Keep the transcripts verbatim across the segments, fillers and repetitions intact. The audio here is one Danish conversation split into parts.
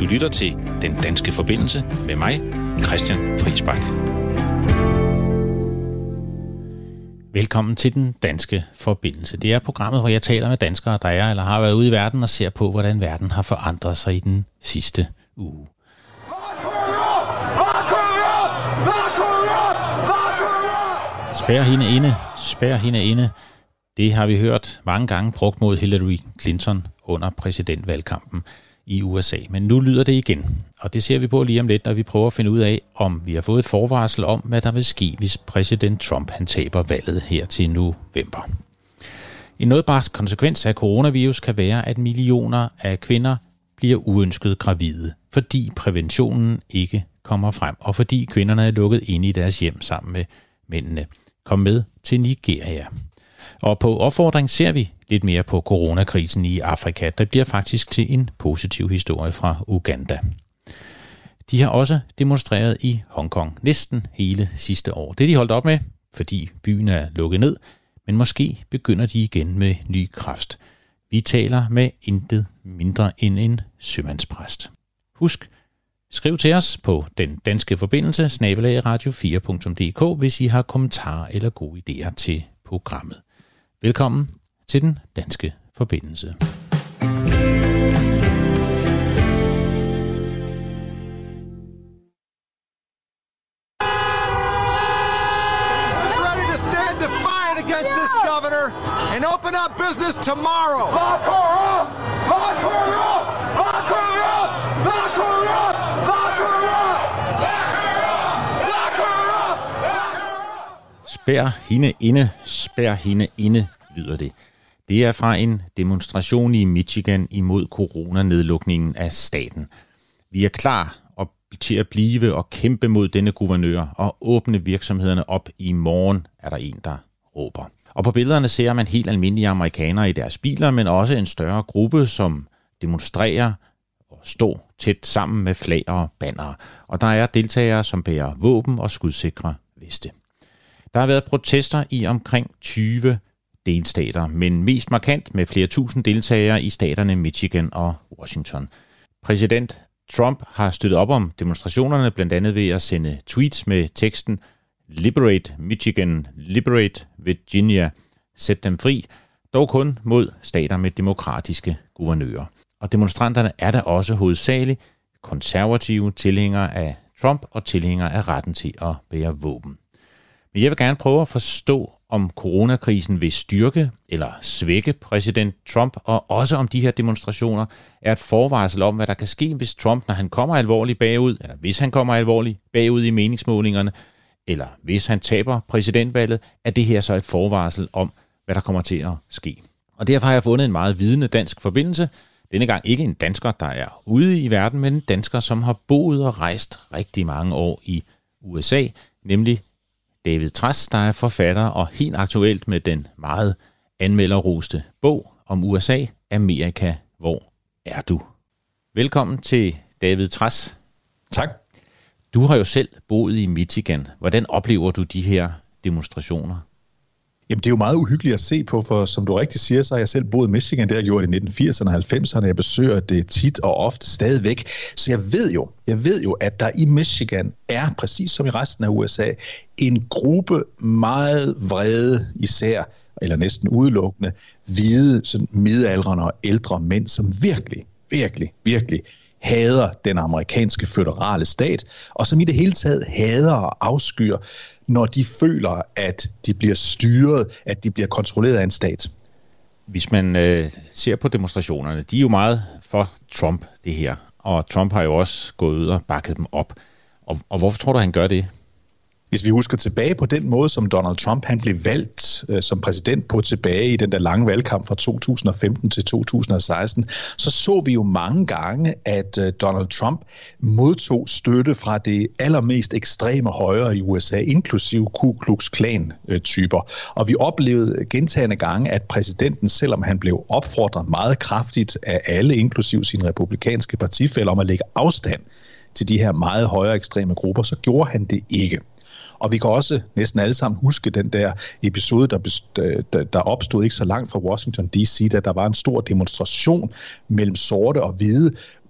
Du lytter til Den Danske Forbindelse med mig, Christian Friisbach. Velkommen til Den Danske Forbindelse. Det er programmet, hvor jeg taler med danskere, der er eller har været ude i verden og ser på, hvordan verden har forandret sig i den sidste uge. Spær hende inde, spær hende inde. Det har vi hørt mange gange brugt mod Hillary Clinton under præsidentvalgkampen i U S A. Men nu lyder det igen, og det ser vi på lige om lidt, når vi prøver at finde ud af, om vi har fået et forvarsel om, hvad der vil ske, hvis præsident Trump han taber valget her til november. En noget barsk konsekvens af coronavirus kan være, at millioner af kvinder bliver uønsket gravide, fordi præventionen ikke kommer frem, og fordi kvinderne er lukket inde i deres hjem sammen med mændene. Kom med til Nigeria. Og på opfordring ser vi lidt mere på coronakrisen i Afrika. Der bliver faktisk til en positiv historie fra Uganda. De har også demonstreret i Hongkong næsten hele sidste år. Det er de holdt op med, fordi byen er lukket ned, men måske begynder de igen med ny kraft. Vi taler med intet mindre end en sømandspræst. Husk, skriv til os på Den Danske Forbindelse, snabel-a radio fire punktum d k, hvis I har kommentarer eller gode idéer til programmet. Velkommen til Den Danske Forbindelse. Ready to stand defiant against this governor and open up business tomorrow. Spær hende inde, spær hende inde, lyder det. Det er fra en demonstration i Michigan imod coronanedlukningen af staten. Vi er klar til at blive og kæmpe mod denne guvernør og åbne virksomhederne op i morgen, er der en, der råber. Og på billederne ser man helt almindelige amerikanere i deres biler, men også en større gruppe, som demonstrerer og står tæt sammen med flag og bannere. Og der er deltagere, som bærer våben og skudsikre veste. Der har været protester i omkring tyve delstater, men mest markant med flere tusind deltagere i staterne Michigan og Washington. Præsident Trump har støttet op om demonstrationerne, blandt andet ved at sende tweets med teksten "Liberate Michigan, Liberate Virginia, sæt dem fri", dog kun mod stater med demokratiske guvernører. Og demonstranterne er da også hovedsageligt konservative tilhængere af Trump og tilhængere af retten til at bære våben. Men jeg vil gerne prøve at forstå, om coronakrisen vil styrke eller svække præsident Trump, og også om de her demonstrationer er et forvarsel om, hvad der kan ske, hvis Trump, når han kommer alvorligt bagud, eller hvis han kommer alvorligt bagud i meningsmålingerne, eller hvis han taber præsidentvalget, er det her så et forvarsel om, hvad der kommer til at ske. Og derfor har jeg fundet en meget vidende dansk forbindelse. Denne gang ikke en dansker, der er ude i verden, men en dansker, som har boet og rejst rigtig mange år i U S A, nemlig David Trads, der er forfatter og helt aktuelt med den meget anmelderroste bog om U S A, Amerika, hvor er du? Velkommen til David Trads. Tak. Du har jo selv boet i Michigan. Hvordan oplever du de her demonstrationer? Jamen, det er jo meget uhyggeligt at se på, for som du rigtig siger, så har jeg selv boet i Michigan, det har jeg gjort i nitten firserne og halvfemserne. Jeg besøger det tit og ofte stadigvæk. Så jeg ved jo, jeg ved jo, at der i Michigan er, præcis som i resten af U S A, en gruppe meget vrede, især, eller næsten udelukkende, hvide, sådan midaldrende og ældre mænd, som virkelig, virkelig, virkelig hader den amerikanske føderale stat, og som i det hele taget hader og afskyer, når de føler, at de bliver styret, at de bliver kontrolleret af en stat. Hvis man øh, ser på demonstrationerne, de er jo meget for Trump, det her. Og Trump har jo også gået ud og bakket dem op. Og, og hvorfor tror du, han gør det? Hvis vi husker tilbage på den måde, som Donald Trump han blev valgt øh, som præsident på tilbage i den der lange valgkamp fra to tusind og femten til to tusind og seksten, så så vi jo mange gange, at øh, Donald Trump modtog støtte fra det allermest ekstreme højre i U S A, inklusive Ku Klux Klan-typer. Og vi oplevede gentagne gange, at præsidenten, selvom han blev opfordret meget kraftigt af alle, inklusive sine republikanske partifæller, om at lægge afstand til de her meget højere ekstreme grupper, så gjorde han det ikke. Og vi kan også næsten alle sammen huske den der episode, der, best- der opstod ikke så langt fra Washington D C, da der var en stor demonstration mellem sorte og hvide,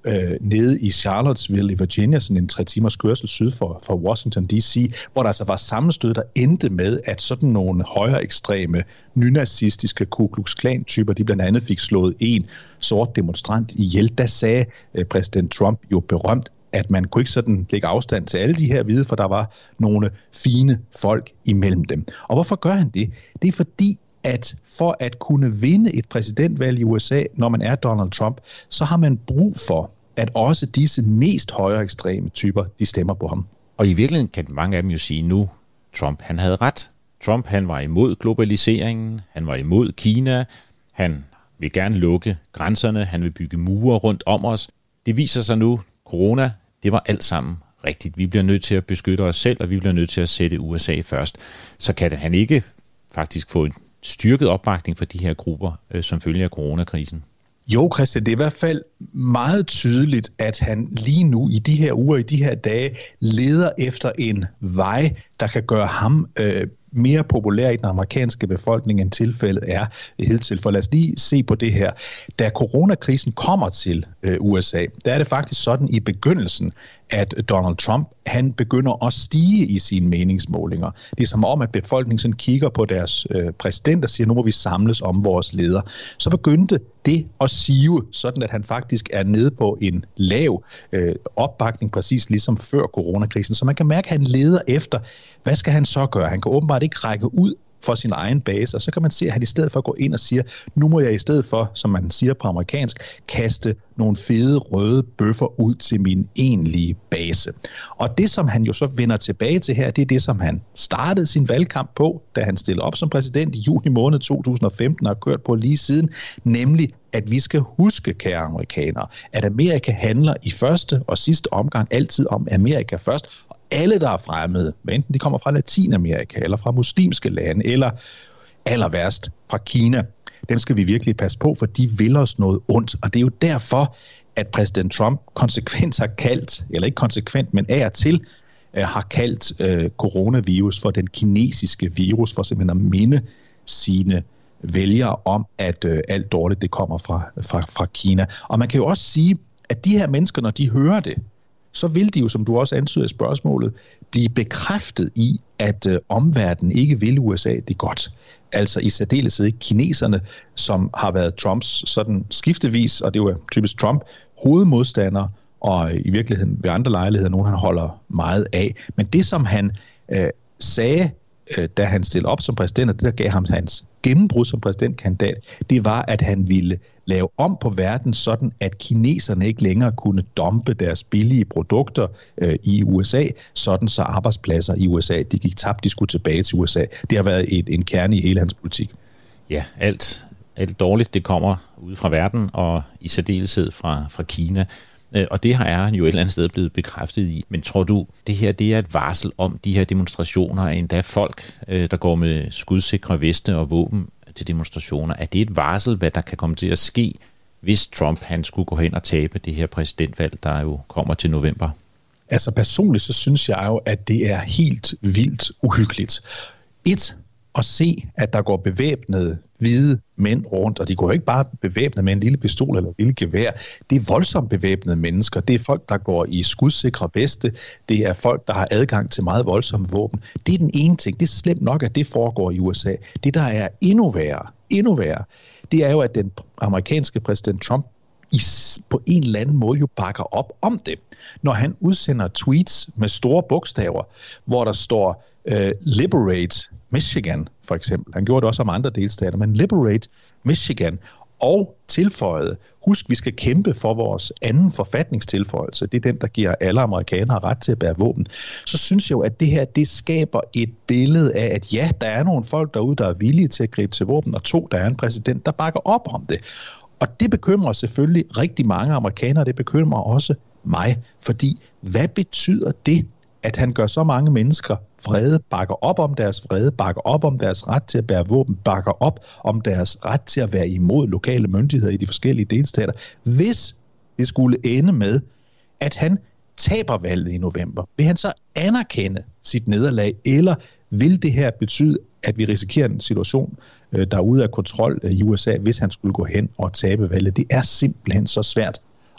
øh, nede i Charlottesville i Virginia, sådan en tre timers kørsel syd for, for Washington D C, hvor der altså var sammenstød, der endte med, at sådan nogle højere ekstreme, nynazistiske Ku Klux Klan-typer, de blandt andet fik slået en sort demonstrant ihjel. Der sagde øh, præsident Trump jo berømt, at man kunne ikke sådan lægge afstand til alle de her hvide, for der var nogle fine folk imellem dem. Og hvorfor gør han det? Det er fordi, at for at kunne vinde et præsidentvalg i U S A, når man er Donald Trump, så har man brug for, at også disse mest højere ekstreme typer, de stemmer på ham. Og i virkeligheden kan mange af dem jo sige nu, Trump han havde ret. Trump han var imod globaliseringen, han var imod Kina, han vil gerne lukke grænserne, han vil bygge mure rundt om os. Det viser sig nu, corona, det var alt sammen rigtigt. Vi bliver nødt til at beskytte os selv, og vi bliver nødt til at sætte U S A først. Så kan han ikke faktisk få en styrket opbakning for de her grupper, øh, som følge af coronakrisen? Jo, Christian, det er i hvert fald meget tydeligt, at han lige nu i de her uger, i de her dage, leder efter en vej, der kan gøre ham øh, mere populær i den amerikanske befolkning, end tilfældet er hidtil. For lad os lige se på det her. Da coronakrisen kommer til øh, U S A, der er det faktisk sådan i begyndelsen, at Donald Trump, han begynder at stige i sine meningsmålinger. Det er som om, at befolkningen sådan kigger på deres øh, præsident og siger, nu må vi samles om vores leder. Så begyndte det at sive, sådan at han faktisk er nede på en lav øh, opbakning, præcis ligesom før coronakrisen. Så man kan mærke, at han leder efter, hvad skal han så gøre? Han kan åbenbart ikke række ud for sin egen base, og så kan man se, at han i stedet for går ind og siger, nu må jeg i stedet for, som man siger på amerikansk, kaste nogle fede røde bøffer ud til min egentlige base. Og det, som han jo så vender tilbage til her, det er det, som han startede sin valgkamp på, da han stillede op som præsident i juni måned to tusind og femten og har kørt på lige siden, nemlig at vi skal huske, kære amerikanere, at Amerika handler i første og sidste omgang altid om Amerika først, og alle, der er fremmede, enten de kommer fra Latinamerika, eller fra muslimske lande, eller aller værst fra Kina, dem skal vi virkelig passe på, for de vil os noget ondt. Og det er jo derfor, at præsident Trump konsekvent har kaldt, eller ikke konsekvent, men af og til, øh, har kaldt øh, coronavirus for den kinesiske virus, for simpelthen at minde sine vælgere om, at øh, alt dårligt det kommer fra, fra, fra Kina. Og man kan jo også sige, at de her mennesker, når de hører det, så vil de jo, som du også antyder i spørgsmålet, blive bekræftet i, at øh, omverdenen ikke vil U S A det godt. Altså i særdeleshed ikke kineserne, som har været Trumps sådan skiftevis, og det er jo typisk Trump, hovedmodstander, og i virkeligheden ved andre lejligheder, nogen han holder meget af. Men det, som han øh, sagde, øh, da han stillede op som præsident, og det, der gav ham hans gennembrud som præsidentkandidat, det var, at han ville lave om på verden, sådan at kineserne ikke længere kunne dumpe deres billige produkter øh, i U S A, sådan så arbejdspladser i U S A, de gik tabt, de skulle tilbage til U S A. Det har været et, en kerne i hele hans politik. Ja, alt, alt dårligt, det kommer ud fra verden, og i særdeleshed fra, fra Kina. Og det har er jo et eller andet sted blevet bekræftet i. Men tror du, det her det er et varsel om de her demonstrationer, endda folk, der går med skudsikre veste og våben til demonstrationer? Er det et varsel, hvad der kan komme til at ske, hvis Trump han skulle gå hen og tabe det her præsidentvalg, der jo kommer til november? Altså personligt, så synes jeg jo, at det er helt vildt uhyggeligt. Et, at se, at der går bevæbnede hvide mænd rundt, og de går ikke bare bevæbnet med en lille pistol eller et lille gevær. Det er voldsomt bevæbnede mennesker. Det er folk, der går i skudsikre veste. Det er folk, der har adgang til meget voldsomme våben. Det er den ene ting. Det er slemt nok, at det foregår i U S A. Det, der er endnu værre, endnu værre, det er jo, at den amerikanske præsident Trump i, på en eller anden måde jo bakker op om det. Når han udsender tweets med store bogstaver, hvor der står uh, Liberate Michigan, for eksempel. Han gjorde det også om andre delstater, men Liberate Michigan, og tilføjede, husk, vi skal kæmpe for vores anden forfatningstilføjelse, det er den, der giver alle amerikanere ret til at bære våben, så synes jeg jo, at det her, det skaber et billede af, at ja, der er nogle folk derude, der er villige til at gribe til våben, og to, der er en præsident, der bakker op om det. Og det bekymrer selvfølgelig rigtig mange amerikanere, det bekymrer også mig, fordi hvad betyder det, at han gør så mange mennesker vrede, bakker op om deres vrede, bakker op om deres ret til at bære våben, bakker op om deres ret til at være imod lokale myndigheder i de forskellige delstater, hvis det skulle ende med, at han taber valget i november? Vil han så anerkende sit nederlag, eller vil det her betyde, at vi risikerer en situation, der er ude af kontrol i U S A, hvis han skulle gå hen og tabe valget? Det er simpelthen så svært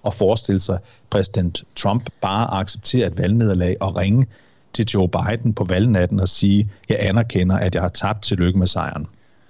at forestille sig præsident Trump bare acceptere et valgnederlag og ringe til Joe Biden på valgnatten og sige, jeg anerkender, at jeg har tabt, tillykke med sejren.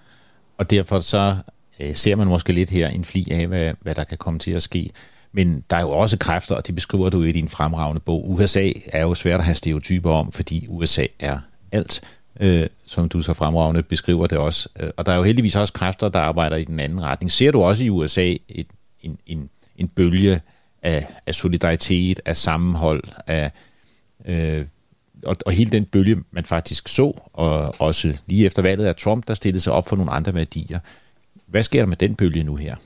Og derfor så øh, ser man måske lidt her en fli af, hvad, hvad der kan komme til at ske. Men der er jo også kræfter, og det beskriver du i din fremragende bog. U S A er jo svært at have stereotyper om, fordi U S A er alt, øh, som du så fremragende beskriver det også. Og der er jo heldigvis også kræfter, der arbejder i den anden retning. Ser du også i U S A et, en, en, en bølge af, af solidaritet, af sammenhold, af, øh, og, og hele den bølge, man faktisk så, og også lige efter valget af Trump, der stillede sig op for nogle andre værdier. Hvad sker der med den bølge nu her?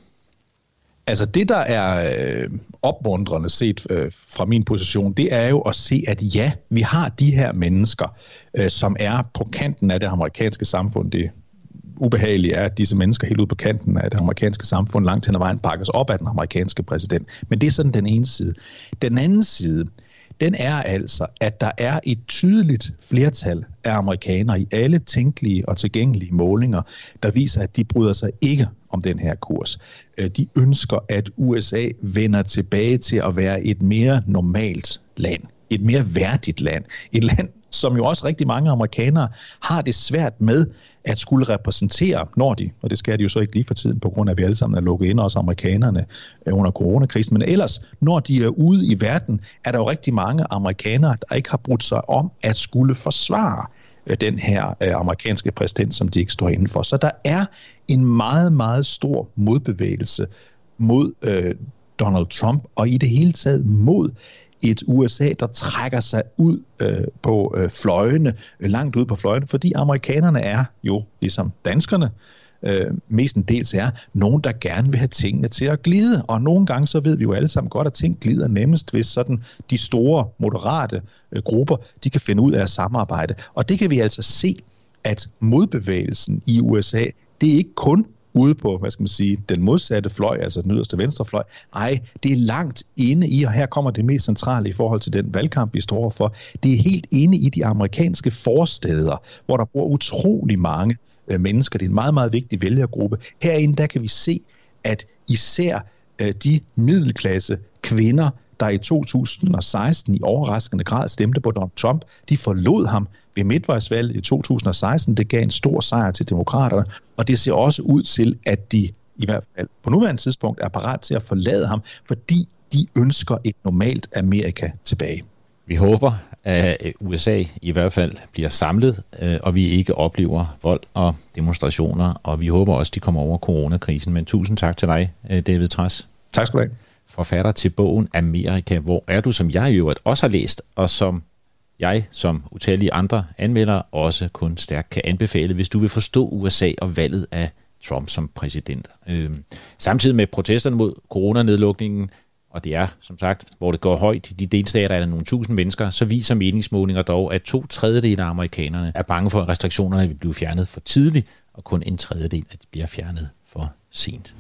Altså det, der er øh, opmuntrende set øh, fra min position, det er jo at se, at ja, vi har de her mennesker, øh, som er på kanten af det amerikanske samfund. Det ubehagelige er, at disse mennesker helt ude på kanten af det amerikanske samfund langt hen ad vejen pakkes op af den amerikanske præsident. Men det er sådan den ene side. Den anden side, den er altså, at der er et tydeligt flertal af amerikanere i alle tænkelige og tilgængelige målinger, der viser, at de bryder sig ikke om den her kurs. De ønsker, at U S A vender tilbage til at være et mere normalt land, et mere værdigt land, et land, som jo også rigtig mange amerikanere har det svært med at skulle repræsentere, når de, og det skal de jo så ikke lige for tiden, på grund af, at vi alle sammen er lukket ind, også amerikanerne under coronakrisen, men ellers, når de er ude i verden, er der jo rigtig mange amerikanere, der ikke har brudt sig om at skulle forsvare den her amerikanske præsident, som de ikke står inden for. Så der er en meget, meget stor modbevægelse mod øh, Donald Trump, og i det hele taget mod et U S A, der trækker sig ud øh, på øh, fløjene, øh, langt ud på fløjene, fordi amerikanerne er jo, ligesom danskerne, øh, mestendels er nogen, der gerne vil have tingene til at glide. Og nogle gange så ved vi jo alle sammen godt, at ting glider nemmest, hvis sådan de store, moderate øh, grupper, de kan finde ud af at samarbejde. Og det kan vi altså se, at modbevægelsen i U S A, det er ikke kun ude på, hvad skal man sige, den modsatte fløj, altså den yderste venstrefløj. Ej, det er langt inde i, og her kommer det mest centrale i forhold til den valgkamp, vi står for. Det er helt inde i de amerikanske forstæder, hvor der bor utrolig mange øh, mennesker. Det er en meget, meget vigtig vælgergruppe. Herinde, der kan vi se, at især øh, de middelklasse kvinder, der i to tusind og seksten i overraskende grad stemte på Donald Trump, de forlod ham ved midtvejsvalget i to tusind og seksten. Det gav en stor sejr til demokraterne, og det ser også ud til, at de i hvert fald på nuværende tidspunkt er parat til at forlade ham, fordi de ønsker et normalt Amerika tilbage. Vi håber, at U S A i hvert fald bliver samlet, og vi ikke oplever vold og demonstrationer, og vi håber også, at de kommer over coronakrisen. Men tusind tak til dig, David Trads. Tak skal du have. Forfatter til bogen Amerika, hvor er du, som jeg i øvrigt også har læst, og som jeg, som utallige andre anmeldere, også kun stærkt kan anbefale, hvis du vil forstå U S A og valget af Trump som præsident. Øh, samtidig med protesterne mod coronanedlukningen, og det er, som sagt, hvor det går højt, i de delstater er der nogle tusind mennesker, så viser meningsmålinger dog, at to tredjedel af amerikanerne er bange for, at restriktionerne vil blive fjernet for tidligt, og kun en tredjedel, at de bliver fjernet for sent.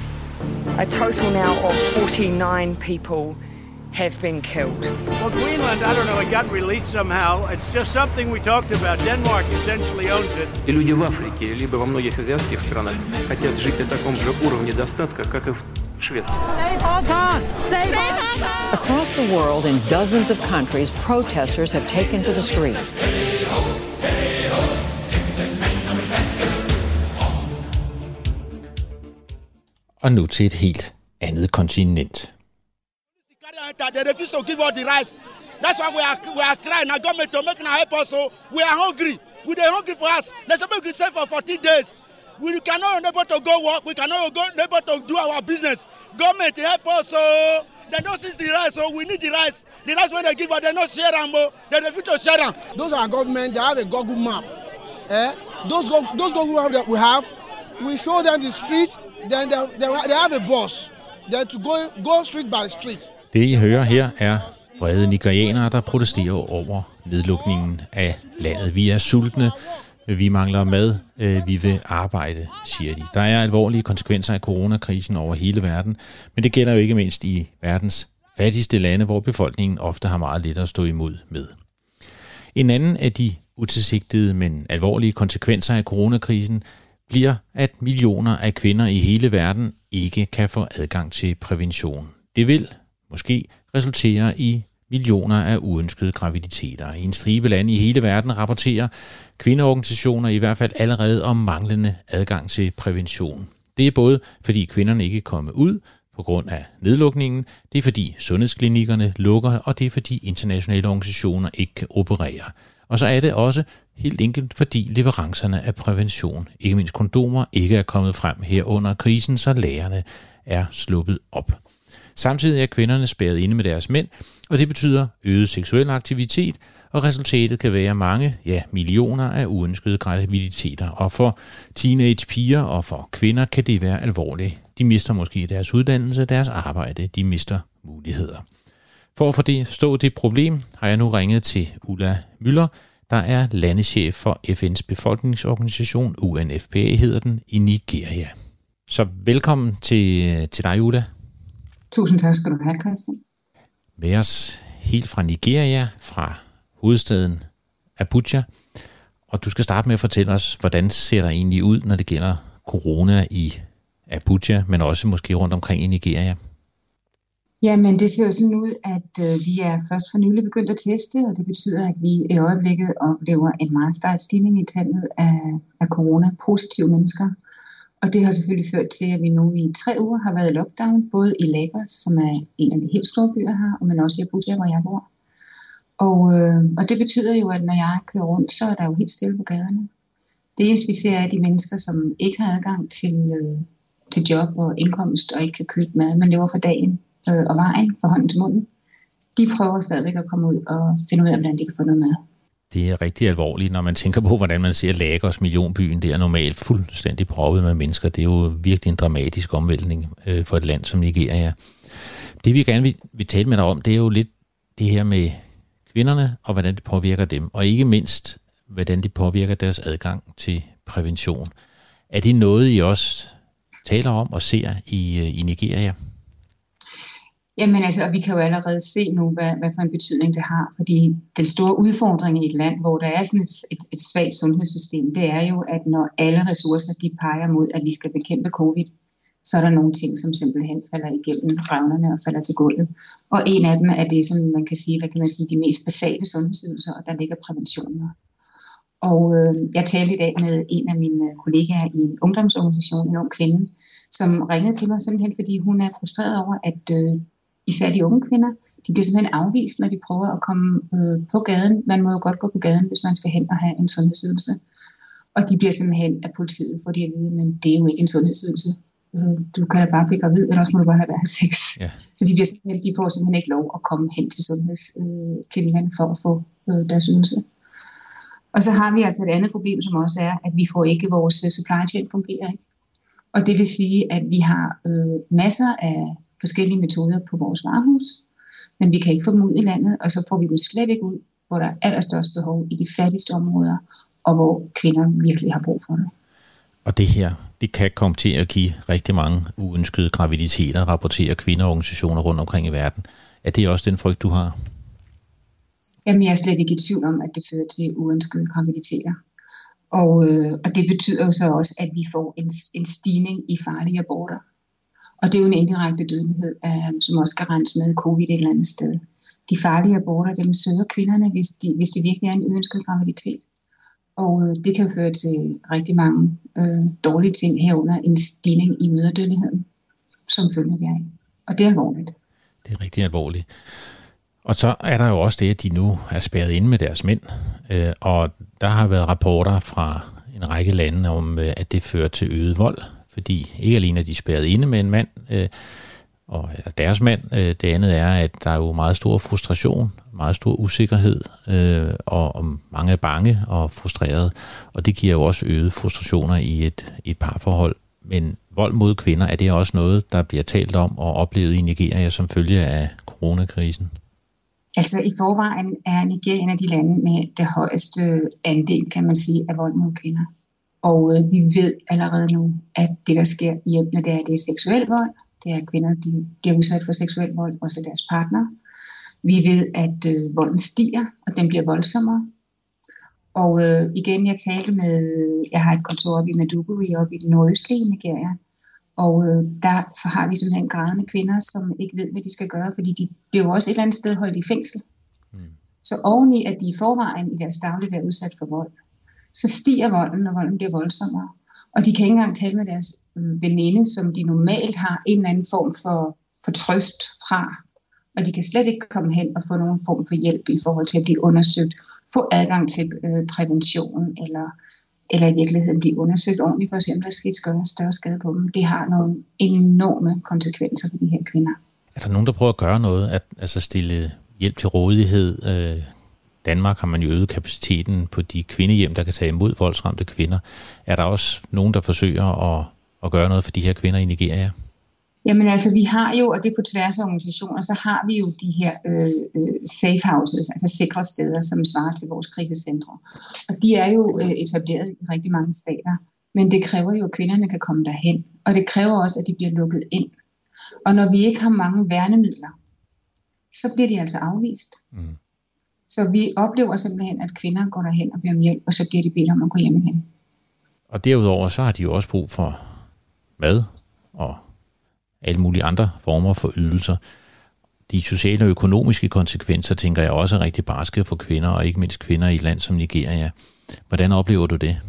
A total now of forty-nine people have been killed. Well, Greenland, I don't know, it got released somehow. It's just something we talked about. Denmark essentially owns it. И люди в Африке, либо во многих азиатских странах хотят жить на таком же уровне достатка, как и в Швеции. Across the world, in dozens of countries, protesters have taken to the streets. Og nu til et helt andet kontinent. They refuse to give us the rice. That's why we are we are crying. Now government to make now help us. So we are hungry. We are hungry for us. They say we can save for fourteen days. We cannot able to go work. We cannot go able to do our business. Government help us. So they don't see the rice. So we need the rice. The rice when they give us, they not share them. They refuse to share them. Those are government. They have a Google map. Eh? Those go, those Google map that we have, we show them the streets. Then they, they, they have a bus. Then to go go street by street. Det, I hører her, er vrede nigerianere, der protesterer over nedlukningen af landet. Vi er sultne, vi mangler mad, vi vil arbejde, siger de. Der er alvorlige konsekvenser af coronakrisen over hele verden, men det gælder jo ikke mindst i verdens fattigste lande, hvor befolkningen ofte har meget lidt at stå imod med. En anden af de utilsigtede, men alvorlige konsekvenser af coronakrisen bliver, at millioner af kvinder i hele verden ikke kan få adgang til prævention. Det vil måske resultere i millioner af uønskede graviditeter. I en stribe lande i hele verden rapporterer kvindeorganisationer i hvert fald allerede om manglende adgang til prævention. Det er både fordi kvinderne ikke kommer ud på grund af nedlukningen, det er fordi sundhedsklinikkerne lukker, og det er fordi internationale organisationer ikke kan operere. Og så er det også helt enkelt fordi leverancerne af prævention, ikke mindst kondomer, ikke er kommet frem her under krisen, så lærerne er sluppet op. Samtidig er kvinderne spærret inde med deres mænd, og det betyder øget seksuel aktivitet, og resultatet kan være mange, ja millioner af uønskede graviditeter. Og for teenagepiger og for kvinder kan det være alvorligt. De mister måske deres uddannelse, deres arbejde, de mister muligheder. For at forstå det problem, har jeg nu ringet til Ulla Müller, der er landeschef for F N's befolkningsorganisation, U N F P A hedder den, i Nigeria. Så velkommen til, til dig, Ulla. Tusind tak skal du have, Christian. Med os helt fra Nigeria, fra hovedstaden Abuja. Og du skal starte med at fortælle os, hvordan ser der egentlig ud, når det gælder corona i Abuja, men også måske rundt omkring i Nigeria? Jamen, det ser jo sådan ud, at øh, vi er først for nylig begyndt at teste, og det betyder, at vi i øjeblikket oplever en meget stejl stigning i tallet af, af corona-positive mennesker. Og det har selvfølgelig ført til, at vi nu i tre uger har været i lockdown, både i Lagos, som er en af de helt store byer her, men også i Abuja, hvor jeg bor. Og, øh, og det betyder jo, at når jeg kører rundt, så er der jo helt stille på gaderne. Det eneste vi ser er de mennesker, som ikke har adgang til, øh, til job og indkomst og ikke kan købe mad, men lever for dagen øh, og vejen, fra hånden til munden. De prøver stadigvæk at komme ud og finde ud af, hvordan de kan få noget mad. Det er rigtig alvorligt, når man tænker på, hvordan man ser Lagos, millionbyen, det er normalt fuldstændig proppet med mennesker. Det er jo virkelig en dramatisk omvæltning øh, for et land som Nigeria. Det vi gerne vil, vil tale med dig om, det er jo lidt det her med kvinderne, og hvordan det påvirker dem, og ikke mindst, hvordan det påvirker deres adgang til prævention. Er det noget, I også taler om og ser i, i Nigeria? Jamen altså, og vi kan jo allerede se nu, hvad, hvad for en betydning det har, fordi den store udfordring i et land, hvor der er sådan et, et, et svagt sundhedssystem, det er jo, at når alle ressourcer de peger mod, at vi skal bekæmpe covid, så er der nogle ting, som simpelthen falder igennem revnerne og falder til gulvet. Og en af dem er det, som man kan sige, hvad kan man sige, de mest basale sundhedsydelser, og der ligger præventioner. Og øh, jeg talte i dag med en af mine kollegaer i en ungdomsorganisation, en ung kvinde, som ringede til mig simpelthen, fordi hun er frustreret over, at øh, især de unge kvinder, de bliver simpelthen afvist, når de prøver at komme øh, på gaden. Man må jo godt gå på gaden, hvis man skal hen og have en sundhedsydelse. Og de bliver simpelthen af politiet, for de at vide, men det er jo ikke en sundhedsydelse. Øh, du kan da bare blive gravid, eller også må du bare have været sex. Ja. Så de, bliver simpelthen, de får simpelthen ikke lov at komme hen til sundhedsklinikken øh, for at få øh, deres ydelse. Og så har vi altså et andet problem, som også er, at vi får ikke vores supply chain fungerer ikke. Og det vil sige, at vi har øh, masser af forskellige metoder på vores varehus, men vi kan ikke få dem ud i landet, og så får vi dem slet ikke ud, hvor der er allerstørst behov i de fattigste områder, og hvor kvinder virkelig har brug for det. Og det her, det kan komme til at give rigtig mange uønskede graviditeter, rapporterer kvindeorganisationer rundt omkring i verden. Er det også den frygt, du har? Jamen, jeg er slet ikke i tvivl om, at det fører til uønskede graviditeter. Og, øh, og det betyder jo så også, at vi får en, en stigning i farlige aborter. Og det er jo en indirekte dødelighed, øh, som også kan rense med covid et eller andet sted. De farlige aborter, dem søger kvinderne, hvis, de, hvis det virkelig er en uønsket graviditet. Og øh, det kan føre til rigtig mange øh, dårlige ting herunder en stigning i mødredødeligheden, som følger deraf. Og det er alvorligt. Det er rigtig alvorligt. Og så er der jo også det, at de nu er spærret inde med deres mænd. Øh, og der har været rapporter fra en række lande om, øh, at det fører til øget vold. Fordi ikke alene er de spærret inde med en mand, øh, og eller deres mand. Øh, det andet er, at der er jo meget stor frustration, meget stor usikkerhed, øh, og, og mange er bange og frustrerede. Og det giver jo også øget frustrationer i et, et parforhold. Men vold mod kvinder, er det også noget, der bliver talt om og oplevet i Nigeria som følge af coronakrisen? Altså i forvejen er Nigeria en af de lande med det højeste andel, kan man sige, af vold mod kvinder. Og øh, vi ved allerede nu, at det, der sker i hjemmene, det er, det er seksuel vold. Det er kvinder, de bliver udsat for seksuel vold, også deres partner. Vi ved, at øh, volden stiger, og den bliver voldsommere. Og øh, igen, jeg talte med, jeg har et kontor oppe i Maiduguri, oppe i den nordøstlige Nigeria. Og øh, derfor har vi simpelthen grædende kvinder, som ikke ved, hvad de skal gøre, fordi de bliver jo også et eller andet sted holdt i fængsel. Mm. Så oveni, at de i forvejen i deres dagligdag er udsat for vold, så stiger volden, og volden bliver voldsommere. Og de kan ikke engang tale med deres veninde, som de normalt har en eller anden form for, for trøst fra. Og de kan slet ikke komme hen og få nogen form for hjælp i forhold til at blive undersøgt, få adgang til øh, prævention, eller, eller i virkeligheden blive undersøgt ordentligt, for eksempel, der sker større, større skade på dem. Det har nogle enorme konsekvenser for de her kvinder. Er der nogen, der prøver at gøre noget, at altså stille hjælp til rådighed? Øh, Danmark har man jo øget kapaciteten på de kvindehjem, der kan tage imod voldsramte kvinder. Er der også nogen, der forsøger at, at gøre noget for de her kvinder i Nigeria? Jamen altså, vi har jo, og det er på tværs af organisationer, så har vi jo de her øh, øh, safe houses, altså sikre steder, som svarer til vores krisecentre. Og de er jo øh, etableret i rigtig mange stater, men det kræver jo, at kvinderne kan komme derhen. Og det kræver også, at de bliver lukket ind. Og når vi ikke har mange værnemidler, så bliver de altså afvist. Mm. Så vi oplever simpelthen, at kvinder går derhen og beder om hjælp, og så bliver de bedt om at gå hjem igen. Og derudover, så har de jo også brug for mad og alle mulige andre former for ydelser. De sociale og økonomiske konsekvenser, tænker jeg, også er rigtig barske for kvinder, og ikke mindst kvinder i et land som Nigeria. Hvordan oplever du det?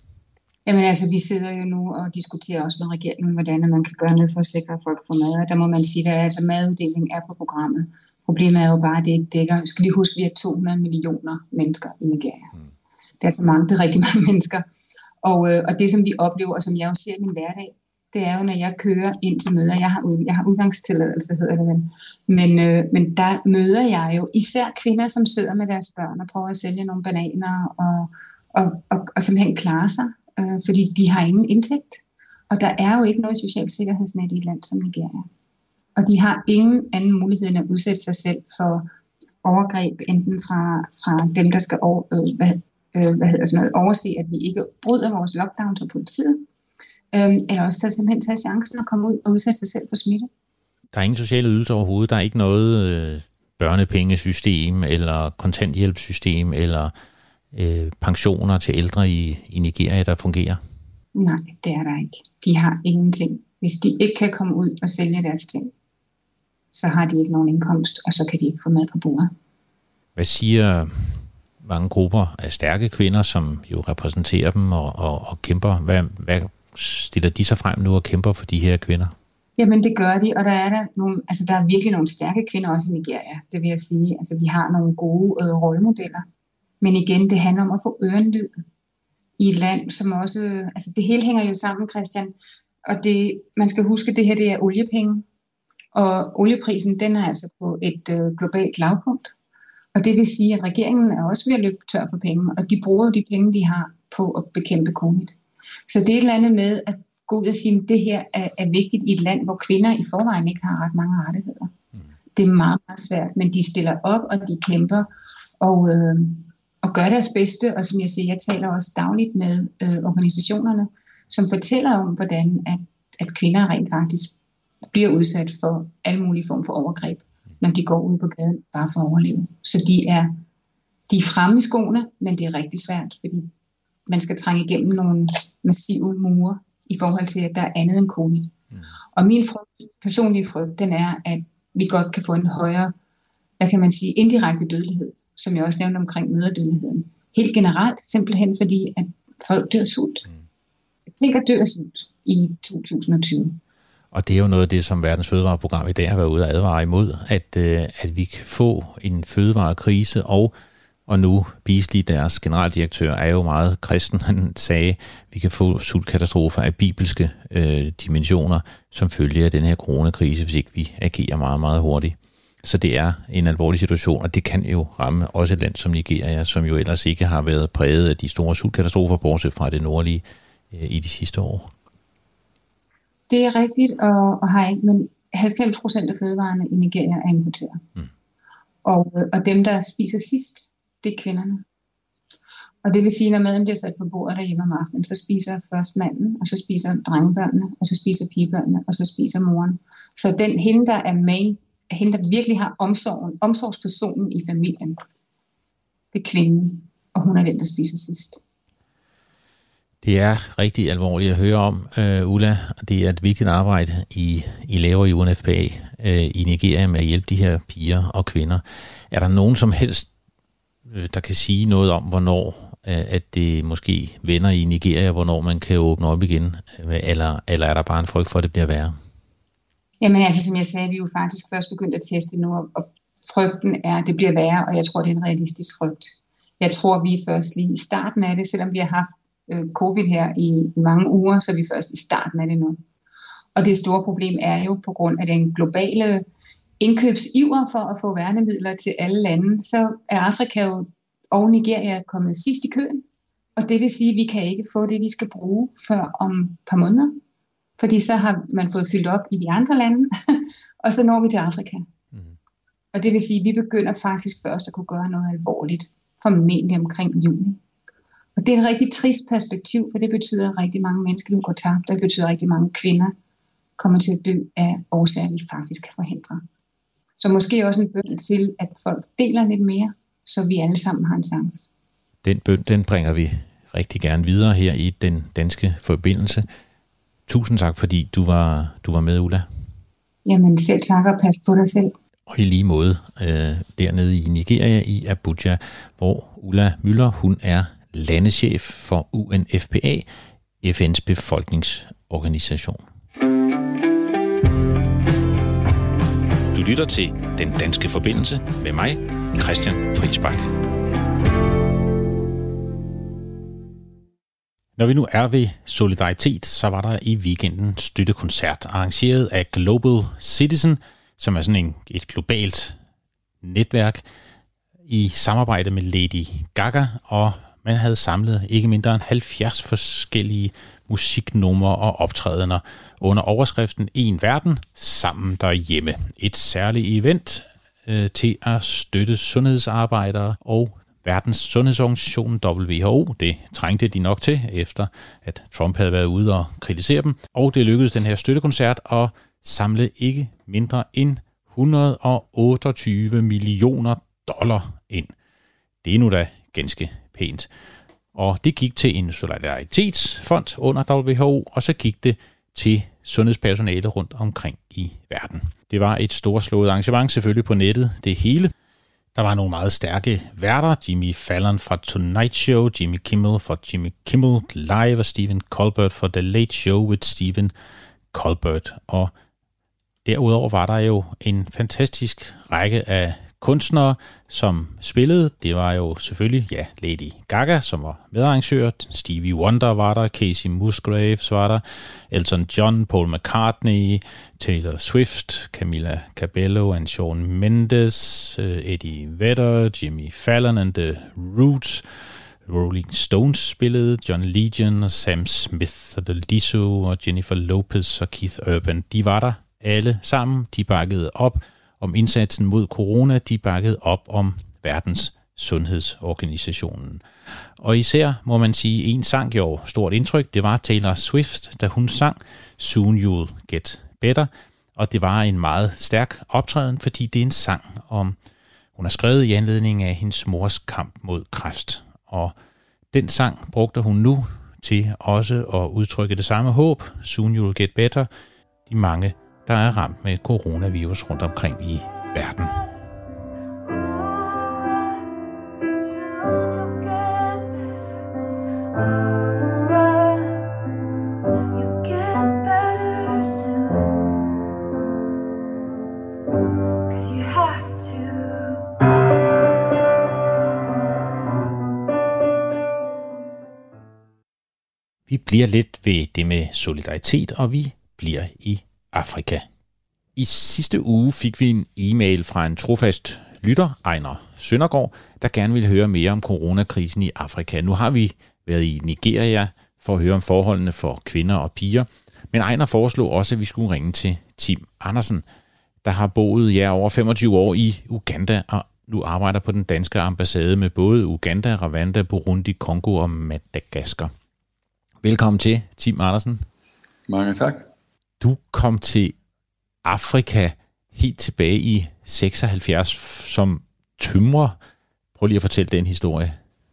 Jamen altså, vi sidder jo nu og diskuterer også med regeringen, hvordan man kan gøre noget for at sikre, at folk får mad. Og der må man sige, at altså, maduddeling er på programmet. Problemet er jo bare, at det ikke dækker. Skal vi huske, at vi har to hundrede millioner mennesker i Nigeria. Mm. Det er altså mange, det er rigtig mange mennesker. Og, øh, og det, som vi oplever, og som jeg jo ser i min hverdag, det er jo, når jeg kører ind til møder. Jeg har, jeg har udgangstilladelse, hedder det vel. Men, øh, men der møder jeg jo især kvinder, som sidder med deres børn og prøver at sælge nogle bananer og, og, og, og simpelthen klare sig, øh, fordi de har ingen indtægt. Og der er jo ikke noget socialt sikkerhedsnet i et land som Nigeria. Og de har ingen anden mulighed end at udsætte sig selv for overgreb, enten fra, fra dem, der skal over, øh, hvad, øh, hvad hedder sådan noget, overse, at vi ikke bryder vores lockdown til politiet. Øhm, eller også tage, simpelthen tage chancen og komme ud og udsætte sig selv for smitte. Der er ingen sociale ydelser overhovedet. Der er ikke noget øh, børnepengesystem eller kontanthjælpssystem eller øh, pensioner til ældre i, i Nigeria, der fungerer? Nej, det er der ikke. De har ingenting. Hvis de ikke kan komme ud og sælge deres ting, så har de ikke nogen indkomst, og så kan de ikke få mad på bordet. Hvad siger mange grupper af stærke kvinder, som jo repræsenterer dem og, og, og kæmper? Hvad, hvad stiller de sig frem nu og kæmper for de her kvinder? Jamen det gør de, og der er der nogle, altså der er virkelig nogle stærke kvinder også i Nigeria, det vil jeg sige. Altså vi har nogle gode øh, rollemodeller. Men igen, det handler om at få ørenlyd i et land, som også, altså det hele hænger jo sammen, Christian. Og det, man skal huske, at det her det er oliepenge. Og olieprisen, den er altså på et øh, globalt lavpunkt. Og det vil sige, at regeringen er også ved at løbe tør for penge, og de bruger de penge, de har på at bekæmpe covid. Så det er et eller andet med at gå ud og sige, at det her er, er vigtigt i et land, hvor kvinder i forvejen ikke har ret mange rettigheder. Mm. Det er meget, meget svært, men de stiller op, og de kæmper, og, øh, og gør deres bedste. Og som jeg siger, jeg taler også dagligt med øh, organisationerne, som fortæller om, hvordan at, at kvinder rent faktisk bliver udsat for alle mulige former for overgreb, når de går ud på gaden bare for at overleve. Så de er, de er fremme i skoene, men det er rigtig svært, fordi man skal trænge igennem nogle massive mure i forhold til, at der er andet end covid. Mm. Og min frygt, personlige frygt, den er, at vi godt kan få en højere, hvad kan man sige, indirekte dødelighed, som jeg også nævnte omkring mødredødeligheden. Helt generelt, simpelthen fordi, at folk dør sult. Mm. Jeg tænker dør sult i to tusind og tyve. Og det er jo noget af det, som Verdens Fødevareprogram i dag har været ude at advare imod, at, øh, at vi kan få en fødevarekrise, og, og nu Beasley, deres generaldirektør, er jo meget kristen. Han sagde, at vi kan få sultkatastrofer af bibelske øh, dimensioner, som følge af den her coronakrise, hvis ikke vi agerer meget, meget hurtigt. Så det er en alvorlig situation, og det kan jo ramme også et land som Nigeria, som jo ellers ikke har været præget af de store sultkatastrofer, bortset fra det nordlige øh, i de sidste år. Det er rigtigt, og, og har ikke, men halvfems procent af fødevarene i Nigeria er importeret. Mm. Og, og dem, der spiser sidst, det er kvinderne. Og det vil sige, når maden bliver sat på bordet derhjemme om aftenen, så spiser først manden, og så spiser drengebørnene, og så spiser pigebørnene, og så spiser moren. Så den hende, der er main, hende, der virkelig har omsorgen, omsorgspersonen i familien, det er kvinden, og hun er den, der spiser sidst. Det er rigtig alvorligt at høre om, uh, Ulla. Det er et vigtigt arbejde, I, I laver i U N F P A uh, i Nigeria med at hjælpe de her piger og kvinder. Er der nogen som helst, uh, der kan sige noget om, hvornår uh, at det måske vender i Nigeria, hvornår man kan åbne op igen? Eller, eller er der bare en frygt for, at det bliver værre? Jamen altså, som jeg sagde, vi er jo faktisk først begyndt at teste nu, og frygten er, at det bliver værre, og jeg tror, det er en realistisk frygt. Jeg tror, vi er først lige i starten af det, selvom vi har haft covid her i mange uger, så er vi først i starten af det nu. Og det store problem er jo på grund af den globale indkøbsiver for at få værnemidler til alle lande, så er Afrika jo og Nigeria kommet sidst i køen. Og det vil sige, at vi kan ikke få det, vi skal bruge før om et par måneder. Fordi så har man fået fyldt op i de andre lande, og så når vi til Afrika. Mm. Og det vil sige, at vi begynder faktisk først at kunne gøre noget alvorligt, formentlig omkring juni. Og det er et rigtig trist perspektiv, for det betyder, at rigtig mange mennesker nu går tabt, og det betyder, at rigtig mange kvinder kommer til at dø af årsager, vi faktisk kan forhindre. Så måske også en bøn til, at folk deler lidt mere, så vi alle sammen har en chance. Den bøn, den bringer vi rigtig gerne videre her i den danske forbindelse. Tusind tak, fordi du var, du var med, Ulla. Jamen selv tak, og pas på dig selv. Og i lige måde øh, dernede i Nigeria, i Abuja, hvor Ulla Müller, hun er landeschef for U N F P A, F N's befolkningsorganisation. Du lytter til Den Danske Forbindelse med mig, Christian Friis Bach. Når vi nu er ved solidaritet, så var der i weekenden støttekoncert arrangeret af Global Citizen, som er sådan en, et globalt netværk i samarbejde med Lady Gaga, og man havde samlet ikke mindre end halvfjerds forskellige musiknumre og optrædener under overskriften En Verden sammen derhjemme. Et særligt event øh, til at støtte sundhedsarbejdere og Verdens Sundhedsorganisation W H O. Det trængte de nok til, efter at Trump havde været ude og kritisere dem. Og det lykkedes den her støttekoncert at samle ikke mindre end et hundrede og otteogtyve millioner dollar ind. Det er nu da ganske pænt. Og det gik til en solidaritetsfond under W H O, og så gik det til sundhedspersonale rundt omkring i verden. Det var et storslået arrangement, selvfølgelig på nettet, det hele. Der var nogle meget stærke værter, Jimmy Fallon fra Tonight Show, Jimmy Kimmel fra Jimmy Kimmel Live og Stephen Colbert fra The Late Show with Stephen Colbert. Og derudover var der jo en fantastisk række af kunstnere, som spillede. Det var jo selvfølgelig, ja, Lady Gaga, som var medarrangør. Stevie Wonder var der, Casey Musgraves var der, Elton John, Paul McCartney, Taylor Swift, Camila Cabello and Shawn Mendes, Eddie Vedder, Jimmy Fallon and The Roots, Rolling Stones spillede, John Legend og Sam Smith og The Lizzo og Jennifer Lopez og Keith Urban. De var der alle sammen. De bakkede op om indsatsen mod corona, de bakkede op om Verdens Sundhedsorganisationen. Og især må man sige, en sang gjorde stort indtryk. Det var Taylor Swift, da hun sang Soon You'll Get Better. Og det var en meget stærk optræden, fordi det er en sang om, hun har skrevet i anledning af hendes mors kamp mod kræft. Og den sang brugte hun nu til også at udtrykke det samme håb. Soon You'll Get Better. De mange, der er ramt med coronavirus rundt omkring i verden. Vi bliver lidt ved det med solidaritet, og vi bliver i Afrika. I sidste uge fik vi en e-mail fra en trofast lytter, Ejner Søndergaard, der gerne ville høre mere om coronakrisen i Afrika. Nu har vi været i Nigeria for at høre om forholdene for kvinder og piger, men Ejner foreslog også, at vi skulle ringe til Tim Andersen, der har boet ja, over femogtyve år i Uganda og nu arbejder på den danske ambassade med både Uganda, Rwanda, Burundi, Kongo og Madagaskar. Velkommen til, Tim Andersen. Mange tak. Du kom til Afrika helt tilbage i seksoghalvfjerds som tømrer. Prøv lige at fortælle den historie.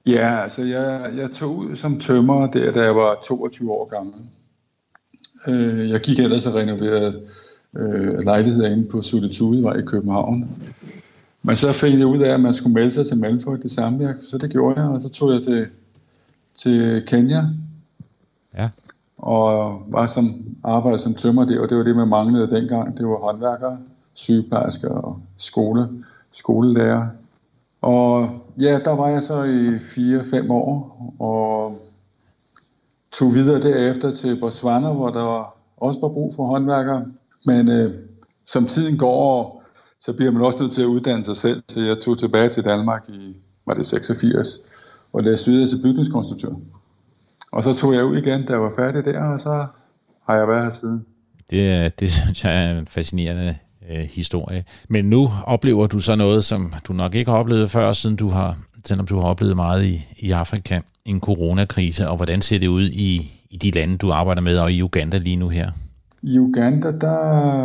Ja, altså jeg, jeg tog ud som tømrer der, da jeg var toogtyve år gammel. Øh, jeg gik ellers og renoverede øh, lejligheder inde på Solitudevej i København. Men så fik jeg ud af, at man skulle melde sig til Mellemfolkeligt Samvirke, så det gjorde jeg, og så tog jeg til, til Kenya. Ja. Og var som arbejder som tømrer der, og det var det, man manglede dengang. Det var håndværkere, sygeplejersker og skole, skolelærer. Og ja, der var jeg så i fire fem år, og tog videre derefter til Botswana, hvor der var også var brug for håndværkere. Men øh, som tiden går, så bliver man også nødt til at uddanne sig selv. Så jeg tog tilbage til Danmark i, var det seksogfirs, og læste videre til bygningskonstruktør. Og så tog jeg ud igen, da jeg var færdig der, og så har jeg været her siden. Det, det synes jeg er en fascinerende øh, historie. Men nu oplever du så noget, som du nok ikke har oplevet før, siden du har, selvom du har oplevet meget i, i Afrika, en coronakrise. Og hvordan ser det ud i, i de lande, du arbejder med, og i Uganda lige nu her? I Uganda, der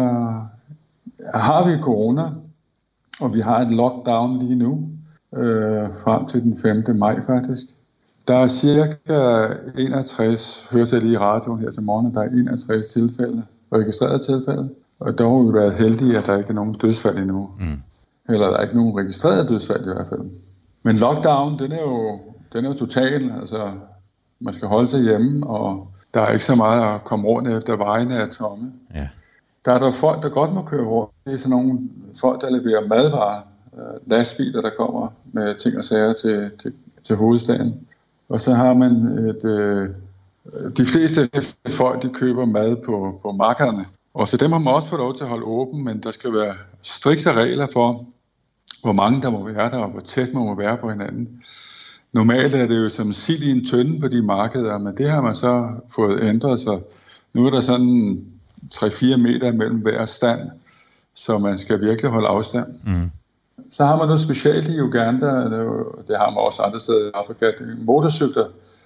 har vi corona, og vi har et lockdown lige nu, øh, frem til den femte maj faktisk. Der er cirka enogtres, hørte jeg lige i radioen her til morgen, der er enogtres tilfælde, registrerede tilfælde. Og dog har vi været heldige, at der ikke er nogen dødsfald endnu. Mm. Eller der er ikke nogen registrerede dødsfald i hvert fald. Men lockdown, den er jo, den er jo total. Altså, man skal holde sig hjemme, og der er ikke så meget at komme rundt efter, vejene er tomme. Ja. Der er der folk, der godt må køre rundt. Det er sådan nogle folk, der leverer madvarer, lastbiler, der kommer med ting og sager til, til, til hovedstaden. Og så har man et, øh, de fleste folk, de køber mad på, på markederne. Og så dem har man også fået lov til at holde åben, men der skal være strikse regler for, hvor mange der må være der, og hvor tæt man må være på hinanden. Normalt er det jo som sild i en tønde på de markeder, men det har man så fået ændret, så nu er der sådan tre fire meter mellem hver stand, så man skal virkelig holde afstand. Mm. Så har man noget specielt i Uganda, det har man også andre steder i Afrika, motorcykler,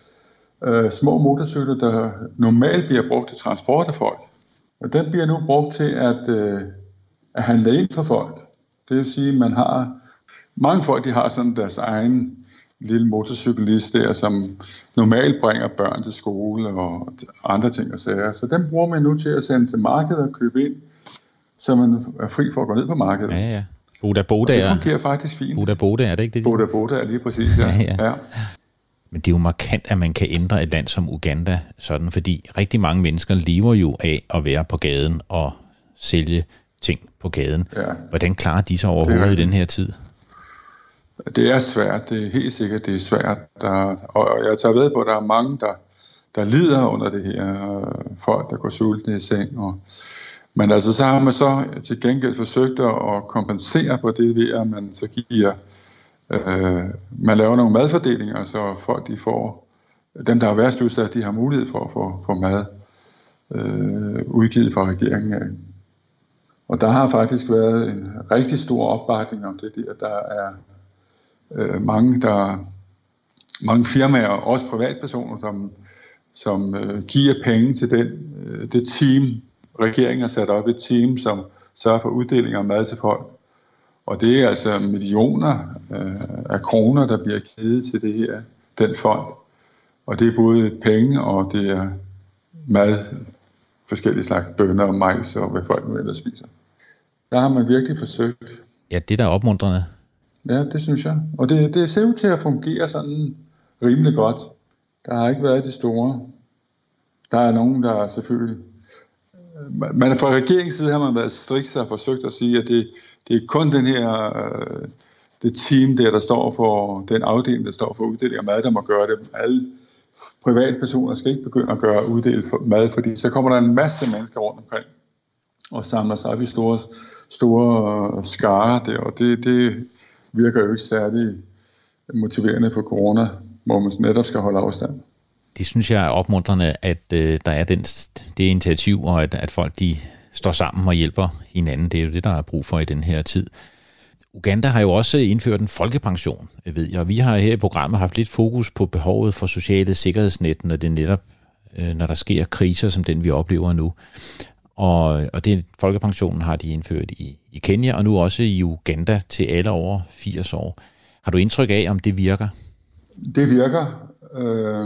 øh, små motorcykler, der normalt bliver brugt til transport af folk. Og den bliver nu brugt til at, øh, at handle ind for folk. Det vil sige, at man har, mange folk de har sådan deres egen lille motorcykelliste der, som normalt bringer børn til skole og andre ting og sager. Så den bruger man nu til at sende til markedet og købe ind, så man er fri for at gå ned på markedet. Ja, ja. Boda Boda det fungerer faktisk fint. Boda Boda, er det ikke det? Boda Boda er lige præcis, ja. ja, ja. ja. Men det er jo markant, at man kan ændre et land som Uganda sådan, fordi rigtig mange mennesker lever jo af at være på gaden og sælge ting på gaden. Ja. Hvordan klarer de sig overhovedet i den her tid? Det er svært. Det er helt sikkert, det er svært. Der, og jeg tager ved på, at der er mange, der, der lider under det her. Folk, der går sultne i seng. Og, men altså, så har man så til gengæld forsøgt at kompensere på det ved, at man så giver... Øh, man laver nogle madfordelinger, så folk de får, dem der er værst udsat, de har mulighed for at få, få mad øh, udgivet fra regeringen af. Og der har faktisk været en rigtig stor opbakning om det der. Der er øh, mange, der, mange firmaer, også privatpersoner, som, som øh, giver penge til den, øh, det team. Regeringen har sat op et team, som sørger for uddeling af mad til folk. Og det er altså millioner øh, af kroner, der bliver givet til det her, den fond. Og det er både penge, og det er mad, forskellige slags bønner og majs, og hvad folk nu ellers spiser. Der har man virkelig forsøgt. Ja, det der er opmuntrende. Ja, det synes jeg. Og det, det ser ud til at fungere sådan rimelig godt. Der har ikke været det store. Der er nogen, der er selvfølgelig... Men fra regeringens side har man været striks og forsøgt at sige, at det, det er kun den her, det team der, der står for, den afdeling, der står for uddeling af mad, der må gøre det. Alle privatpersoner skal ikke begynde at gøre uddel mad, fordi så kommer der en masse mennesker rundt omkring og samler sig op i store, store skarer der, og det, det virker jo ikke særlig motiverende for corona, hvor man netop skal holde afstand. Det synes jeg er opmuntrende, at øh, der er den, det initiativ, og at, at folk de står sammen og hjælper hinanden. Det er jo det, der er brug for i den her tid. Uganda har jo også indført en folkepension, ved jeg. Og vi har her i programmet haft lidt fokus på behovet for sociale sikkerhedsnet, når det netop, øh, når der sker kriser som den, vi oplever nu. Og, og det folkepensionen har de indført i, i Kenya, og nu også i Uganda til alle over firs år. Har du indtryk af, om det virker? Det virker. Øh,